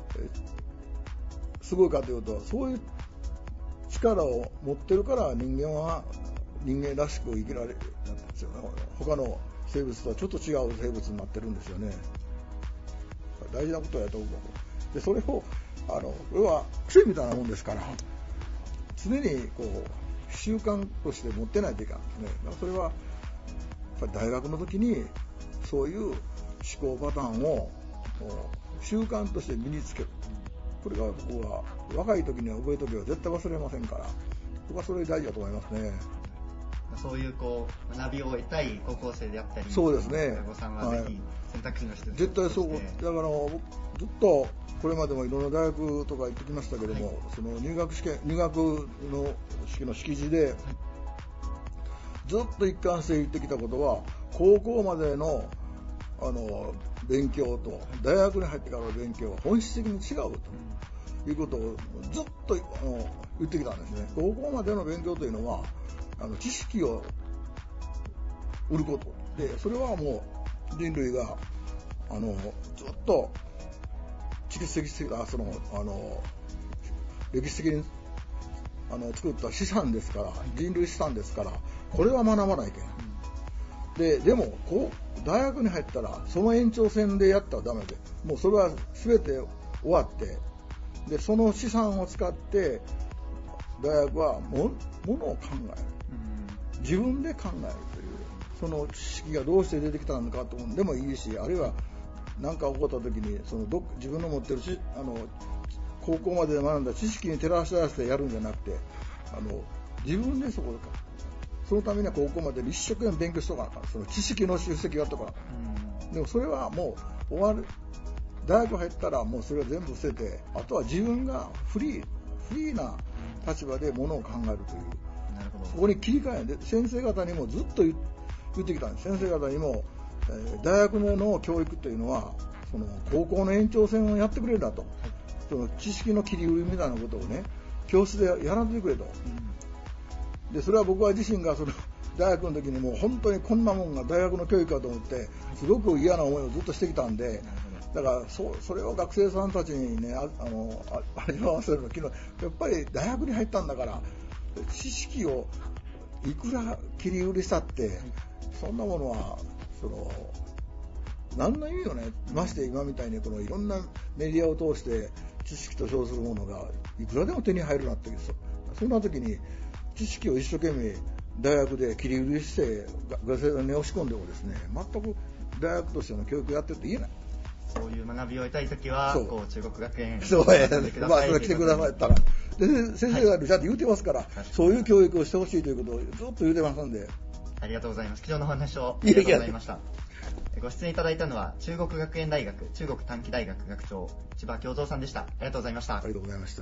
すごいかというと、そういう力を持ってるから人間は人間らしく生きられるんですよね。他の生物とはちょっと違う生物になってるんですよね。大事なことやと思う。でそれをあのこれは癖みたいなもんですから、常にこう習慣として持ってないといけないんですね。だからそれはやっぱり大学の時にそういう思考パターンを習慣として身につける。これが僕は若い時には覚えとけば絶対忘れませんから、僕はそれ大事だと思いますね。 そういうこう学びを得たい高校生であったり、 そうですね。 親御さんはぜひ選択肢の一つとして、 絶対そう。だからずっとこれまでもいろんな大学とか行ってきましたけども、はい、その入学試験入学の式の式辞で、はい、ずっと一貫して言ってきたことは、高校までのあの勉強と大学に入ってからの勉強は本質的に違うということをずっとあの言ってきたんですね。高校までの勉強というのはあの知識を売ることで、それはもう人類があのずっと地理的なそのあの歴史的にあの作った資産ですから、人類資産ですから、これは学ばないけない。ででもこう大学に入ったらその延長線でやったらダメで、もうそれは全て終わって、でその資産を使って大学はもものを考える、自分で考えるという、その知識がどうして出てきたのかと思うんでもいいし、あるいは何か起こった時にそのど自分の持ってるしあの高校まで学んだ知識に照らし合わせてやるんじゃなくて、あの自分でそこでそのためには高校まで一生懸命勉強しとかなかった。その知識の集積がとか、うん、でもそれはもう終わる。大学入ったらもうそれは全部捨てて、あとは自分がフリーフリーな立場でものを考えるという、なるほど、そこに切り替えで、先生方にもずっと言ってきたんです。先生方にも、えー、大学の教育というのはその高校の延長線をやってくれるだと、はい、その知識の切り売りみたいなことをね、教室でやらんといてくれと、うん、でそれは僕は自身がその大学の時にもう本当にこんなもんが大学の教育かと思ってすごく嫌な思いをずっとしてきたんで、だから そ, それを学生さんたちにね、ああのああれを合わせるの、昨日やっぱり大学に入ったんだから知識をいくら切り売りしたってそんなものはその何の意味よね。まして今みたいにこのいろんなメディアを通して知識と称するものがいくらでも手に入るなって、そんな時に知識を一生懸命大学で切り売りして学生に押し込んでもですね、全く大学としての教育やってるって言えない。 そういう学びを得たいときはこう中国学園そうや、まあそれ来てくださったら、で先生がちゃんと言ってますから、はい、そういう教育をしてほしいということをずっと言ってますんで。 ありがとうございます。貴重なお話をありがとうございました。ご出演いただいたのは中国学園大学中国短期大学学長千葉京三さんでした。ありがとうございました。 ありがとうございました。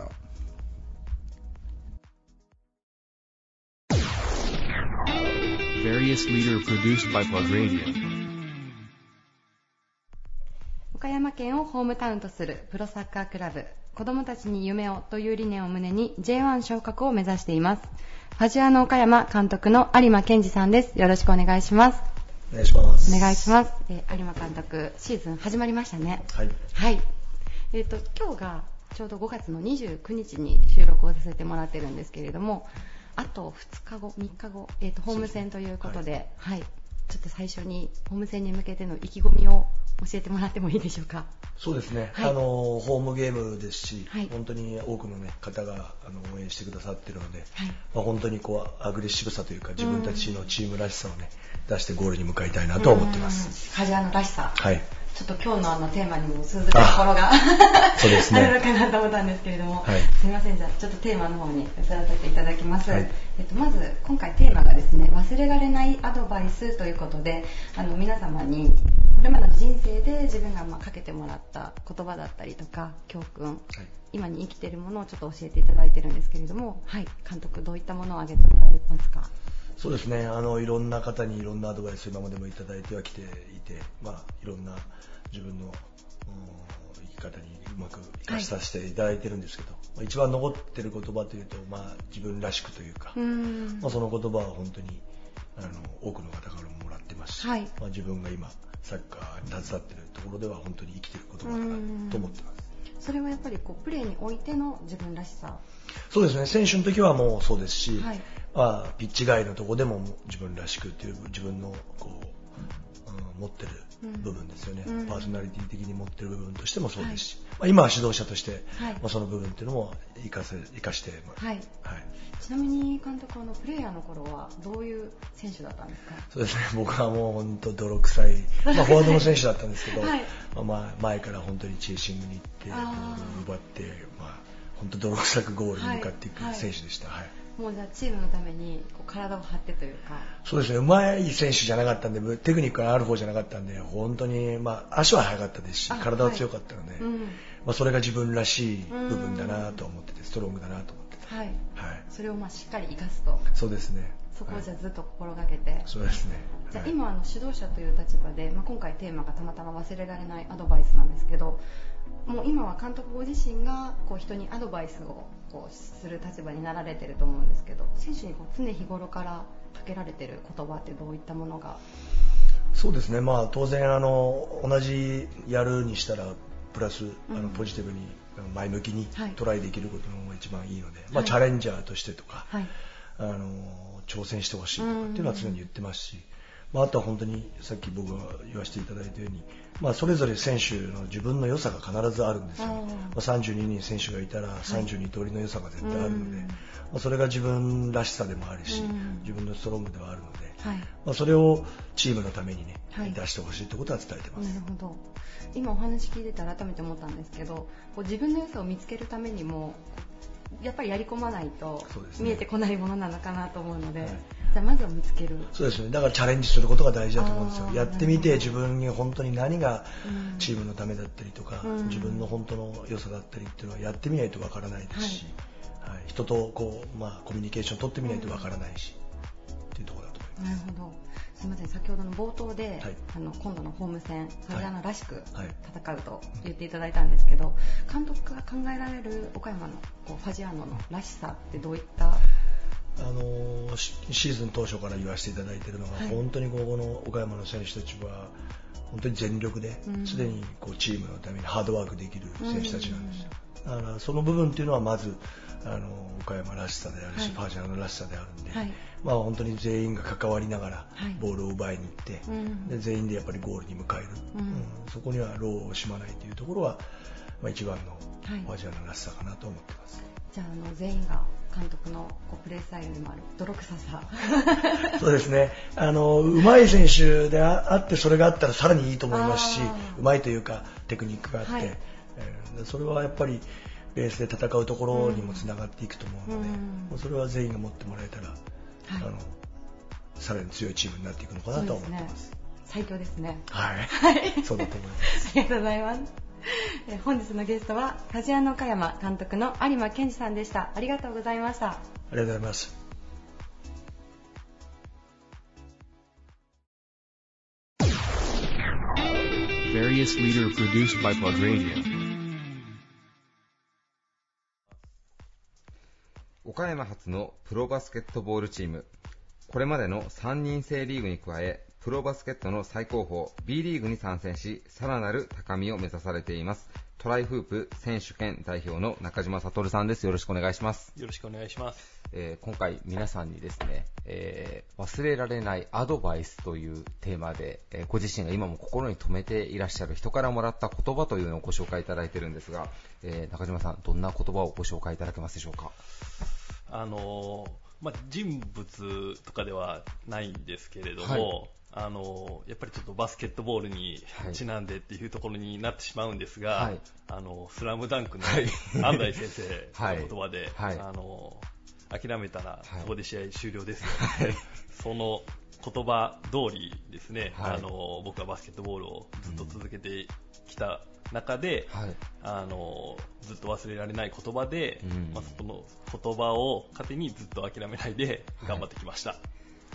Various leader produced by Plug Radio。 岡山県をホームタウンとするプロサッカークラブ、子どもたちに夢をという理念を胸に ジェイワン 昇格を目指しています。ファジアの岡山監督の有馬健二さんです。よろしくお願いします。 お願いします。 お願いします。えー、有馬監督、シーズン始まりましたね。 はい。 はい。えっと、今日がちょうどごがつのにじゅうくにちに収録をさせてもらってるんですけれども、あとふつかご、みっかご、えーと、ホーム戦ということで、はい、はい。ちょっと最初にホーム戦に向けての意気込みを教えてもらってもいいでしょうか。 そうですね、はい、あのホームゲームですし、はい、本当に多くの、ね、方があの応援してくださっているので、はい、まあ、本当にこうアグレッシブさというか自分たちのチームらしさを、ね、出してゴールに向かいたいなと思っています。 ファジアのらしさ、 はい、 ちょっと今日のあのテーマにも通ずるところがそうです、ね、あるのかなと思ったんですけれども、はい、すみません、じゃあちょっとテーマの方に移らせていただきます。はい、えっと、まず今回テーマがですね、忘れられないアドバイスということで、あの皆様にこれまでの人生で自分がまあかけてもらった言葉だったりとか教訓、はい、今に生きているものをちょっと教えていただいてるんですけれども、はい、監督どういったものを挙げてもらえますか。 そうですね、あのいろんな方にいろんなアドバイスを今までもいただいてはきていて、まあ、いろんな自分の生き方にうまく生かしさせていただいてるんですけど、はい、まあ、一番残ってる言葉というと、まあ、自分らしくというか、うまあ、その言葉は本当にあの多くの方からももらってますし、はい、まあ、自分が今サッカーに携わっているところでは本当に生きている言葉かなと思ってます。 それはやっぱりこうプレーにおいての自分らしさ。 そうですね、選手の時はもうそうですし、はい、まあ、ピッチ外のところでも自分らしくっていう自分のこう、うん、持ってる部分ですよね、うん、パーソナリティ的に持ってる部分としてもそうですし、はい、まあ、今は指導者として、はい、まあ、その部分っていうのも生かせ生かして、はいはい、 ちなみに監督はあのプレイヤーの頃はどういう選手だったんですか？ そうですね、僕はもう本当泥臭い、まあ、フォワードの選手だったんですけど、はい、まあ、前から本当にチェイシングに行ってボールを奪って、まあ、本当泥臭くゴールに向かっていく選手でした。はいはい、 もうじゃあチームのためにこう体を張ってというか。 そうですね、うまい選手じゃなかったんで、テクニックがある方じゃなかったんで、本当に、まあ、足は速かったですし、体は強かったので、はい、うん、まあ、それが自分らしい部分だなと思ってて、ストロングだなと思ってて、はいはい、 それをまあしっかり生かすと。 そうですね、 そこをじゃあずっと心がけて、はい、 そうですね、 じゃあ今あの指導者という立場で、まあ、今回テーマがたまたま忘れられないアドバイスなんですけど、もう今は監督ご自身がこう人にアドバイスをこうする立場になられていると思うんですけど、選手にこう常日頃からかけられている言葉ってどういったものが？ そうですね、まあ、当然あの同じやるにしたらプラス、うん、あのポジティブに前向きにトライできることの方が一番いいので、はい、まあ、チャレンジャーとしてとか、はい、あの挑戦してほしいとかっていうのは常に言ってますし、まあ、あとは本当にさっき僕が言わせていただいたように、まあ、それぞれ選手の自分の良さが必ずあるんですよ、まあ、さんじゅうににん選手がいたらさんじゅうに通りの良さが絶対あるので、まあ、それが自分らしさでもあるし、自分のストロングではあるので、はい、まあ、それをチームのためにね、はい、出してほしいということは伝えてます。 なるほど。今お話聞いてて改めて思ったんですけど、こう自分の良さを見つけるためにもやっぱりやり込まないと見えてこないものなのかなと思うので、はい、じゃあまずは見つける。 そうですね、だからチャレンジすることが大事だと思うんですよ。やってみて自分に本当に何がチームのためだったりとか、うん、自分の本当の良さだったりっていうのはやってみないとわからないですし、はいはい、人とこう、まあ、コミュニケーションを取ってみないとわからないし、うん、っていうところだと思います。 なるほど。すみません、先ほどの冒頭で、はい、あの今度のホーム戦、ファジアーナらしく戦うと言っていただいたんですけど、監督が考えられる岡山のこうファジアーナのらしさってどういった？ あのシーズン当初から言わせていただいているのが、はい、本当にここの岡山の選手たちは本当に全力で、うん、常にこうチームのためにハードワークできる選手たちなんですよ。うん、だからその部分っていうのはまずあの岡山らしさであるし、はい、ファジアーナらしさであるんで、はい、まあ、本当に全員が関わりながらボールを奪いに行って、はい、で全員でやっぱりゴールに向かえる、うんうん、そこには労を惜しまないというところは、まあ、一番のファジアーナらしさかなと思ってます。 じゃあ、あの全員が監督のこうプレースタイルにもある泥臭さそうですね、あの上手い選手であってそれがあったらさらにいいと思いますし、上手いというかテクニックがあって、はい、えー、それはやっぱりベースで戦うところにもつながっていくと思うので、うん、それは全員が持ってもらえたら、はい、あのさらに強いチームになっていくのかなと思ってます。 最強ですね。 はい、はい、そうだと思います。 ありがとうございます。え本日のゲストはファジアーナ岡山監督の有馬健二さんでした。ありがとうございました。 ありがとうございます。 Various leader produced by Plug Radio。 岡山発のプロバスケットボールチーム。これまでのさんにん制リーグに加え、プロバスケットの最高峰 B リーグに参戦し、さらなる高みを目指されています。トライフープ選手兼代表の中島悟さんです。よろしくお願いします。 よろしくお願いします。 えー、今回皆さんにですね、えー、忘れられないアドバイスというテーマで、えー、ご自身が今も心に留めていらっしゃる人からもらった言葉というのをご紹介いただいているんですが、えー、中島さん、どんな言葉をご紹介いただけますでしょうか。 あのーまあ、人物とかではないんですけれども、はい、あのやっぱりちょっとバスケットボールにちなんでっていうところになってしまうんですが、はい、あのスラムダンクの安西先生の言葉で、はいはい、あの諦めたらそこで試合終了ですよ、はい、その言葉通りですね、はい、あの僕はバスケットボールをずっと続けてきた中で、うん、はい、あのずっと忘れられない言葉で、うん、まあ、その言葉を糧にずっと諦めないで頑張ってきました。はい、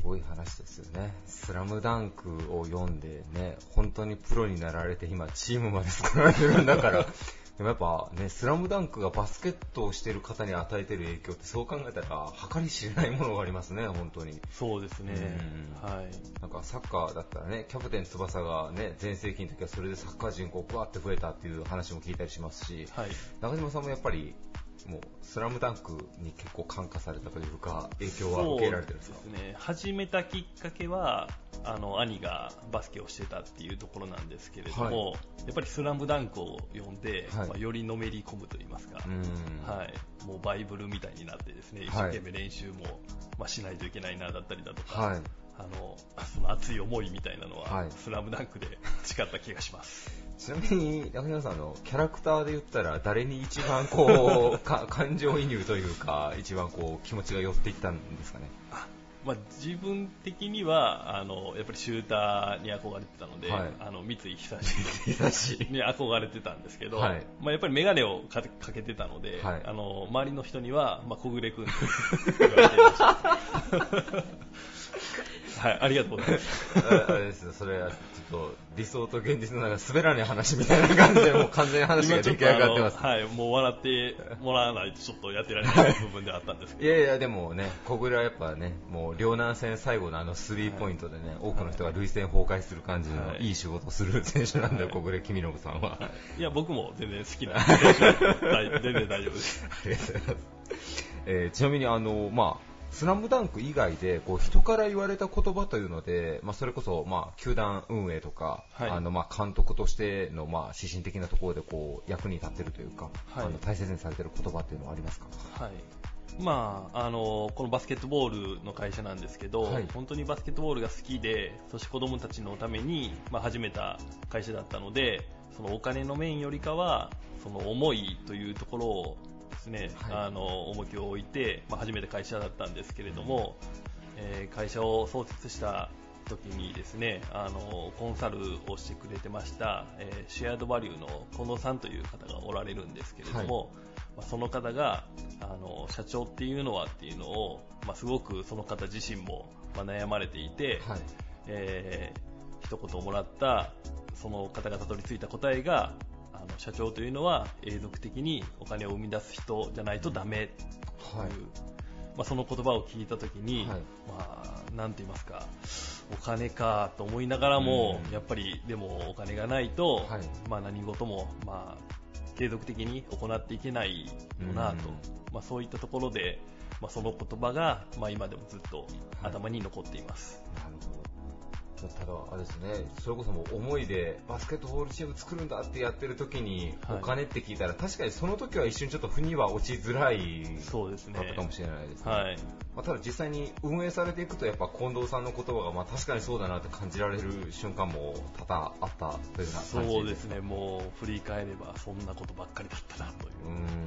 ごい話ですよね。スラムダンクを読んでね、本当にプロになられて今チームまで作られてるんだからでもやっぱね、スラムダンクがバスケットをしている方に与えている影響ってそう考えたら計り知れないものがありますね、本当に。 そうですね、うん、はい。 なんかサッカーだったらね、キャプテン翼がね、全盛期の時はそれでサッカー人口がわって増えたっていう話も聞いたりしますし、はい、中島さんもやっぱりもうスラムダンクに結構感化されたというか影響は受けられてるんですか？ そうですね、始めたきっかけはあの兄がバスケをしてたっていうところなんですけれども、はい、やっぱりスラムダンクを読んで、はい、まあ、よりのめり込むといいますか、はい、もうバイブルみたいになってですね、一生懸命練習も、まあ、しないといけないなだったりだとか、はい、あのその熱い思いみたいなのは、はい、スラムダンクで培った気がします。 ちなみに中島さんのキャラクターで言ったら誰に一番こうか感情移入というか一番こう気持ちが寄っていったんですかね？ あ、まあ、自分的にはあのやっぱりシューターに憧れてたので、はい、あの三井久志に憧れてたんですけど、はい、まあ、やっぱり眼鏡をかけてたので、はい、あの周りの人には、まあ、小暮君と言われていましたはい、ありがとうございます。 あれです、それはちょっと理想と現実のなんか滑らない話みたいな感じでもう完全に話が出来上がってます。 はい、もう笑ってもらわないとちょっとやってられない部分ではあったんですけど。 いやいやでもね、小暮はやっぱね、もう両南戦最後のあのスリーポイントでね、はい、多くの人が累戦崩壊する感じのいい仕事をする選手なんだよ、はい、小暮公信さんは。はい、 いや僕も全然好きな選手全然大丈夫です。 ありがとうございます。えー、ちなみにあのまあ。スラムダンク以外でこう人から言われた言葉というので、まあ、それこそまあ球団運営とか、はい、あのまあ監督としてのまあ指針的なところでこう役に立っているというか、はい、あの大切にされている言葉というのはありますか？ はい、まあ、あのこのバスケットボールの会社なんですけど、はい、本当にバスケットボールが好きで、そして子供たちのために、まあ、始めた会社だったので、そのお金の面よりかはその思いというところをですね、はい、あの重きを置いて、まあ、初めて会社だったんですけれども、えー、会社を創設した時にですね、あのコンサルをしてくれてました、えー、シェアードバリューの近藤さんという方がおられるんですけれども、はい、まあ、その方があの社長っていうのはっていうのを、まあ、すごくその方自身も、まあ、悩まれていて、はい、えー、一言もらったその方がたどり着いた答えが、あの社長というのは永続的にお金を生み出す人じゃないとダメという、はい、まあ、その言葉を聞いたときに、はい、まあ、なんて言いますか、お金かと思いながらも、やっぱりでもお金がないと、はい、まあ、何事も、まあ、継続的に行っていけないよなと、まあ、そういったところで、まあ、その言葉が、まあ、今でもずっと頭に残っています。 はい、なるほど。ただあれですね、それこそもう思いでバスケットボールチーム作るんだってやってる時にお金って聞いたら、はい、確かにその時は一瞬ちょっと腑には落ちづらいことかもしれないですね。はい、まあ、ただ実際に運営されていくとやっぱ近藤さんの言葉がまあ確かにそうだなって感じられる瞬間も多々あったというような感じですか？ そうですね、もう振り返ればそんなことばっかりだったなという、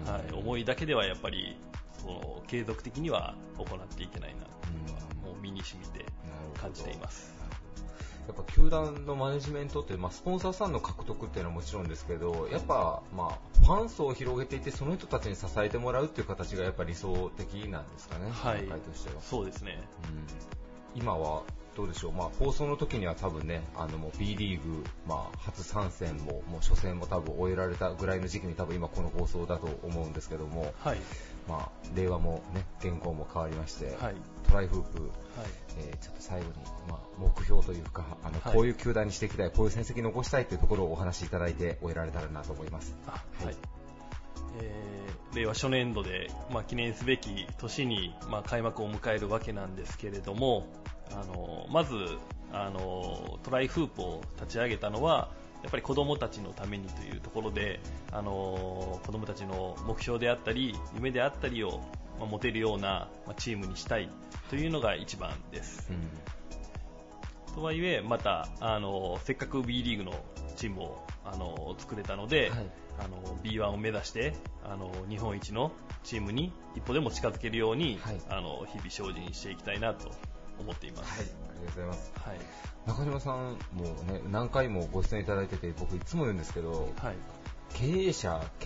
はい、思いだけではやっぱりその継続的には行っていけないなというのはもう身に染みて感じています。 やっぱ球団のマネジメントって、まあ、スポンサーさんの獲得っていうのはもちろんですけど、やっぱ、まあ、ファン層を広げていってその人たちに支えてもらうっていう形がやっぱり理想的なんですかね、 はい、会としては。そうですね、 うん、今はどうでしょう、まあ、放送の時には多分ね、あのもう B リーグ、まあ、初参戦ももう初戦も多分終えられたぐらいの時期に多分今この放送だと思うんですけども、はい、まあ、令和もね、現行も変わりまして、はい、トライフープ、はい、えー、ちょっと最後に、まあ、目標というか、あの、はい、こういう球団にしていきたい、こういう戦績残したいというところをお話しいただいて終えられたらなと思います。 あ、はい、えー、令和初年度で、まあ、記念すべき年に、まあ、開幕を迎えるわけなんですけれども、あのまずあのトライフープを立ち上げたのはやっぱり子どもたちのためにというところで、あの子どもたちの目標であったり夢であったりを、まあ、持てるような、まあ、チームにしたいというのが一番です、うん、とはいえまたあのせっかく B リーグのチームをあの作れたので、はい、あの ビーワン を目指してあの日本一のチームに一歩でも近づけるように、はい、あの日々精進していきたいなと思っています。 はい、ありがとうございます。はい、中島さんもね、何回もご出演いただいてて、僕いつも言うんですけど、はい、経営者兼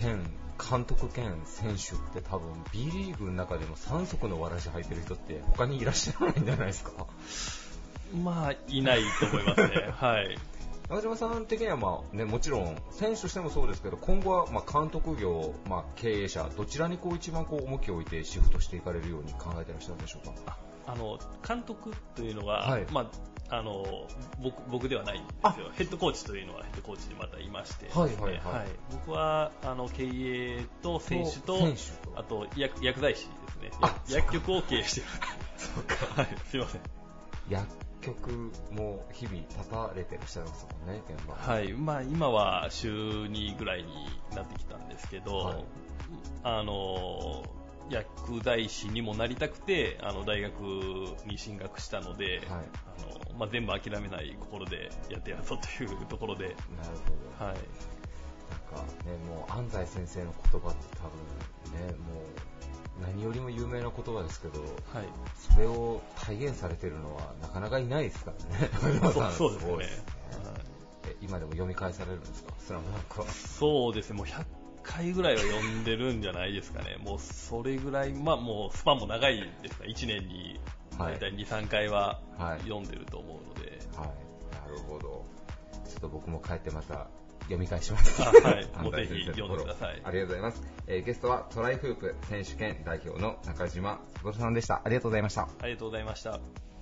監督兼選手って多分 B リーグの中でもさん足のわらじ履いてる人って他にいらっしゃらないんじゃないですか。 まあいないと思いますね。はい。 中島さん的には、まあね、もちろん選手としてもそうですけど、今後はまあ監督業、まあ、経営者どちらにこう一番こう重きを置いてシフトしていかれるように考えていらっしゃるんでしょうか。 ああの監督というのは、はい、まあ、あの 僕, 僕ではないんですよ。ヘッドコーチというのはヘッドコーチでまたいまして、ね、はいはいはいはい、僕はあの経営と選手とあと 薬, 薬剤師ですね。薬局を経営している。そうか、はい、すいません。 薬局も日々立たれてらっしゃるんですもんね、現場。 はい、まあ、今は週にぐらいになってきたんですけど、はい、あの薬剤師にもなりたくてあの大学に進学したので、はい、あのまあ、全部諦めない心でやってやるぞというところで。 なるほど、はい、なんかね、もう安西先生の言葉って多分ね、もう何よりも有名な言葉ですけど、はい、それを体現されているのはなかなかいないですからね。 そう, そうですね、はい、 え今でも読み返されるんですか、スラムダンクは。 そうですね、もうひゃっかいぐらいは読んでるんじゃないですかね。もうそれぐらい、まあ、もうスパンも長いですからいちねんに大体 に,さん 回は読んでると思うので、 はいはい、なるほど。ちょっと僕も帰ってまた読み返します。 はい、もうぜひ読んでください。 ありがとうございます。えー、ゲストはトライフープ選手権代表の中島悟さんでした。ありがとうございました。 ありがとうございました。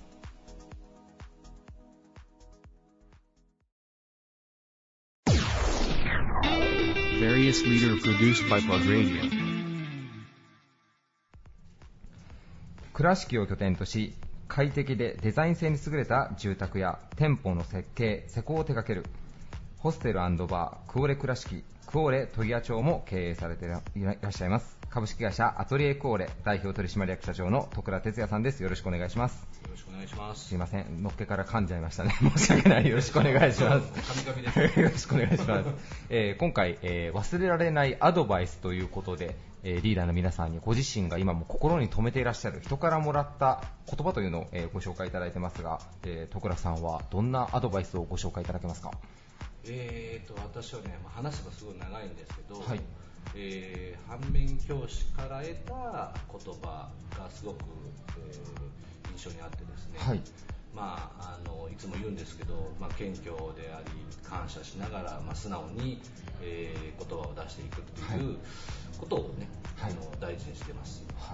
Various leader produced by Plug Radio。 倉敷を拠点とし、快適でデザイン性に優れた住宅や店舗の設計・施工を手掛けるホステル&バークオレ倉敷、クオレ戸谷町も経営されていらっしゃいます株式会社アトリエクオレ代表取締役社長の徳倉哲也さんです。よろしくお願いします。 よろしくお願いします。 すいません、のっけから噛んじゃいましたね。申し訳ない。よろしくお願いします。 神々です。 よろしくお願いします。えー、今回、えー、忘れられないアドバイスということで、えー、リーダーの皆さんにご自身が今も心に留めていらっしゃる人からもらった言葉というのを、えー、ご紹介いただいてますが、えー、徳倉さんはどんなアドバイスをご紹介いただけますか。 えーと私はね、話せばすごい長いんですけど、はい、えー、反面教師から得た言葉がすごく、えー、印象にあってですね、はい、まあ、あのいつも言うんですけど、まあ、謙虚であり感謝しながら、まあ、素直に、えー、言葉を出していくということをね、はい、あの大事にしてます。はい、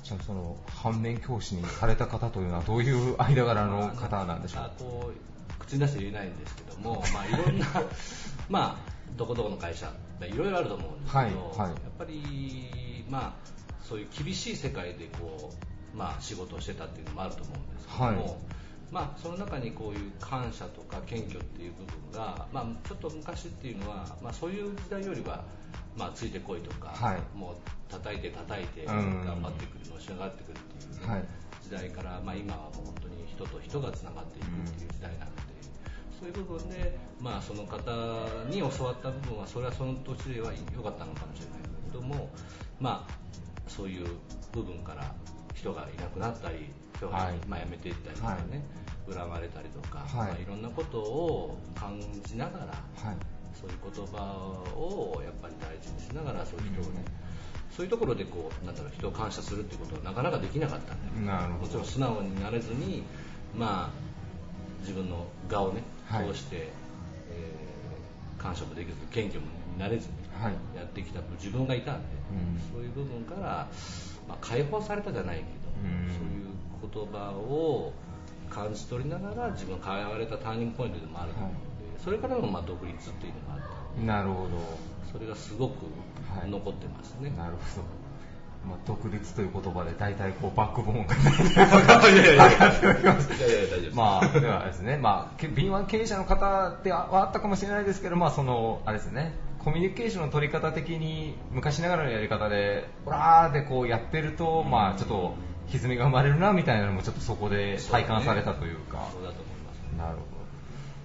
ちなみにその反面教師にされた方というのはどういう間柄の方なんでしょうか。 こう口に出して言えないんですけども、まあ、いろんなまあどこどこの会社いろいろあると思うんですけど、はいはい、やっぱり、まあ、そういう厳しい世界でこう、まあ、仕事をしてたっていうのもあると思うんですけども、はい、まあ、その中にこういう感謝とか謙虚っていう部分が、まあ、ちょっと昔っていうのは、まあ、そういう時代よりは、まあ、ついてこいとか、はい、もう叩いて叩いて頑張ってくるのし上がってくるっていう、ね、はい、時代から、まあ、今はもう本当に人と人がつながっていくっていう時代なので、そういう部分で、まあ、その方に教わった部分はそれはその土地では良かったのかもしれないけども、まあ、そういう部分から人がいなくなったり人が、はい、まあ、辞めていったりとかね、はい、恨まれたりとか、はい、まあ、いろんなことを感じながら、はい、そういう言葉をやっぱり大事にしながらそういう人をね、うん、そういうところでこうなんだろう、人を感謝するっていうことはなかなかできなかったんだけど、なるほど、もちろん素直になれずに、まあ、自分の我をね通して、はい、えー、感謝もできず謙虚もなれずにやってきた自分がいたんで、うん、そういう部分から、まあ、解放されたじゃないけど、うん、そういう言葉を感じ取りながら自分が変われたターニングポイントでもあると思うので、はい、それからのまあ独立っていうのがあったので、 なるほど、 それがすごく残ってますね。 はい、なるほど。まあ、独立という言葉で大体こうバックボーンがいやいやいやいや大丈夫。 まあではですね、まあ敏腕経営者の方ではあったかもしれないですけど、まあそのあれですね、コミュニケーションの取り方的に昔ながらのやり方でオラーでこうやってると、うん、まあちょっと歪みが生まれるなみたいなのもちょっとそこで体感されたというか。 そうだと思います。 なるほど。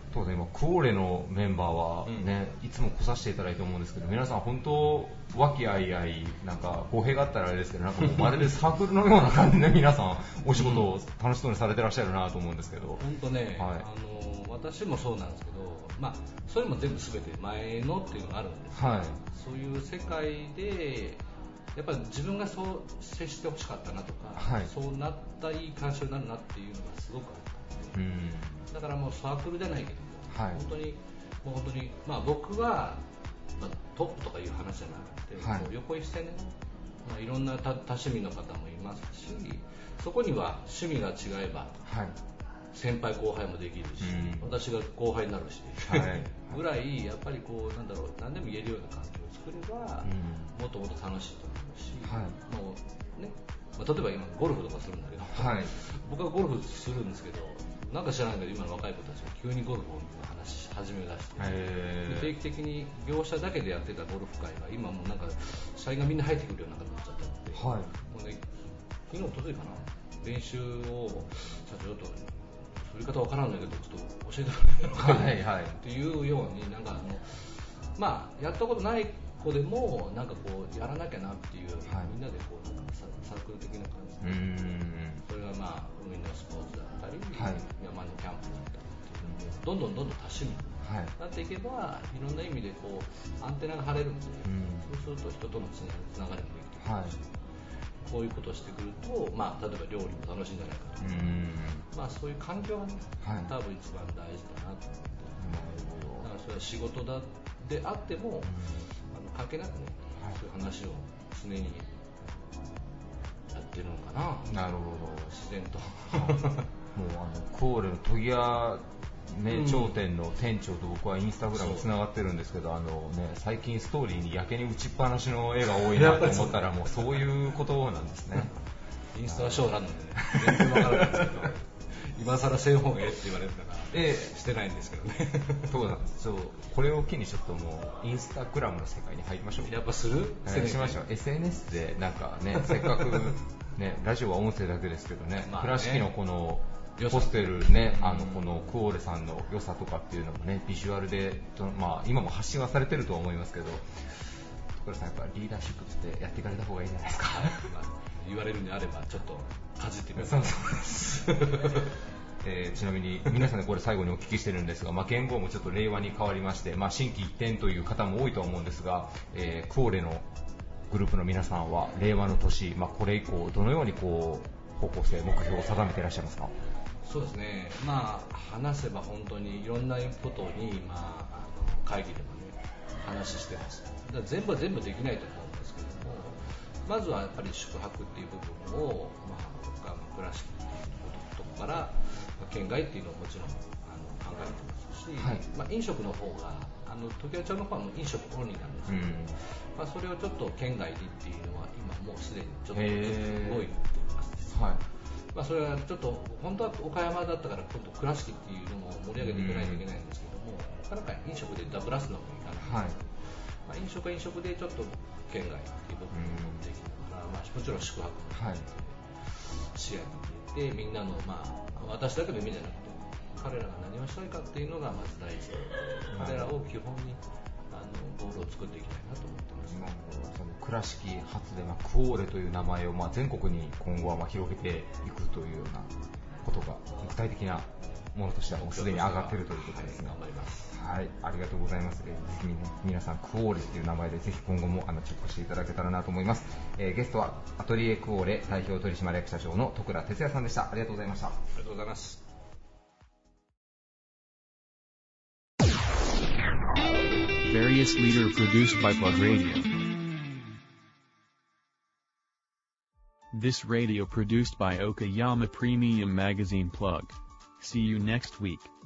当然今クオーレのメンバーはね、うん、いつも来させていただいて思うんですけど、皆さん本当和気あいあい、なんか語弊があったらあれですけど、なんかもうまるでサークルのような感じで皆さんお仕事を楽しそうにされてらっしゃるなと思うんですけど。 本当ね、はい、あの私もそうなんですけど、まあそれも全部すべて前のっていうのがあるんですけど、はい、そういう世界でやっぱり自分がそう接してほしかったなとか、はい、そうなったらいい鑑賞になるなっていうのがすごくあったので、うん、だからもうサークルじゃないけど、はい、本当にもう本当に、まあ、僕は、まあ、トップとかいう話じゃなくて、はい、もう横一線で、ね、まあ、いろんな多趣味の方もいますし、そこには趣味が違えば、はい、先輩後輩もできるし、うん、私が後輩になるし、はい、ぐらいやっぱりこうなんだろう、何でも言えるような環境を作れば、うん、もっともっと楽しいと思うし、はい、もうね、まあ、例えば今ゴルフとかするんだけど、はい、僕はゴルフするんですけど、なんか知らないけど今の若い子たちが急にゴルフを話し始め出して、定期的に業者だけでやってたゴルフ会が今もうなんか社員がみんな入ってくるような感じになっちゃったので、はい、もうね、昨日おとといかな、練習を社長と振り方わからんだけどちょっと教えてくれるのか、はいはい、っていうように、なんかあの、まあ、やったことない子でもなんかこうやらなきゃなっていう、はい、みんなでこうなんかサークル的な感じで、うん、それがまあ海のスポーツだったり、はい、山のキャンプだったりっていうのもどんどんどんどん多趣味になっていけば、いろんな意味でこうアンテナが張れるんで、うん、そうすると人とのつながりもできてくるし、はい、こういうことをしてくると、まあ、例えば料理も楽しいんじゃないかとか、うん、まあ、そういう環境がね、はい、多分一番大事だなと思って、だからそれは仕事だであっても、うん、あの関係なくね、はい、そういう話を常にやってるのかな。 なるほど。 自然と。 もうあのクオーレの研ぎ屋名頂点の店長と僕はインスタグラムつながってるんですけど、あの、ね、最近ストーリーにやけに打ちっぱなしの絵が多いなと思ったらもうそういうことなんですね。 インスタはショーなんでね、全然わからないんですけど、今更せん方がええって言われるから、ええ、してないんですけどね。 そうなんです。そう、これを機にちょっともうインスタグラムの世界に入りましょう。 やっぱする？ えー、しましょう。エスエヌエス でなんかね、せっかくね、ラジオは音声だけですけどね、まあね、倉敷のこのホステルね、あのこのクオーレさんの良さとかっていうのもね、ビジュアルで、まあ、今も発信はされてるとは思いますけど、所さんやっぱリーダーシップってやっていかれた方がいいんじゃないですか。 まあ、言われるんであればちょっとかじってみます。 えー、ちなみに皆さんでこれ最後にお聞きしてるんですが、まあ、言語もちょっと令和に変わりまして、まあ、心機一転という方も多いと思うんですが、えー、クオーレのグループの皆さんは令和の年、まあ、これ以降どのようにこう方向性目標を定めていらっしゃいますか？ そうですね、まあ、話せば本当にいろんなことに、まあ、あの会議でもね話してます。だから全部は全部できないと思うんですけども、まずはやっぱり宿泊っていう部分を、まあ、僕は暮らしっていうところから、まあ、県外っていうのをもちろんあの考えてますし、はい、まあ、飲食の方があの常盤町の方はもう飲食オンリーなんですけど、うん、まあ、それをちょっと県外でっていうのは今もうすでにちょっと動いてます、はい、まあ、それはちょっと本当は岡山だったから今度倉敷っていうのも盛り上げていかないといけないんですけども、なかなか飲食でダブらすのもいかない、はい、まあ、飲食は飲食でちょっと県外っていう部分を持っていきながら、まあ、もちろん宿泊も視野に入れて、みんなの、まあ、私だけの意味じゃなくて彼らが何をしたいかっていうのがまず大事で、彼らを基本にあのゴールを作っていきたいなと思ってます。 その倉敷発で、まあ、クオーレという名前を、まあ、全国に今後はまあ広げていくというようなことが具体的なものとしてはもうすでに上がっているということですね。 はい、頑張ります。 はい、ありがとうございます。えー、ぜひ、ね、皆さんクオーレという名前でぜひ今後もあのチェックしていただけたらなと思います。えー、ゲストはアトリエクオーレ代表取締役社長の戸倉哲也さんでした。ありがとうございました。ありがとうございます。 Various leader produced by Plug Radio. This radio produced by Okayama Premium Magazine Plug. See you next week.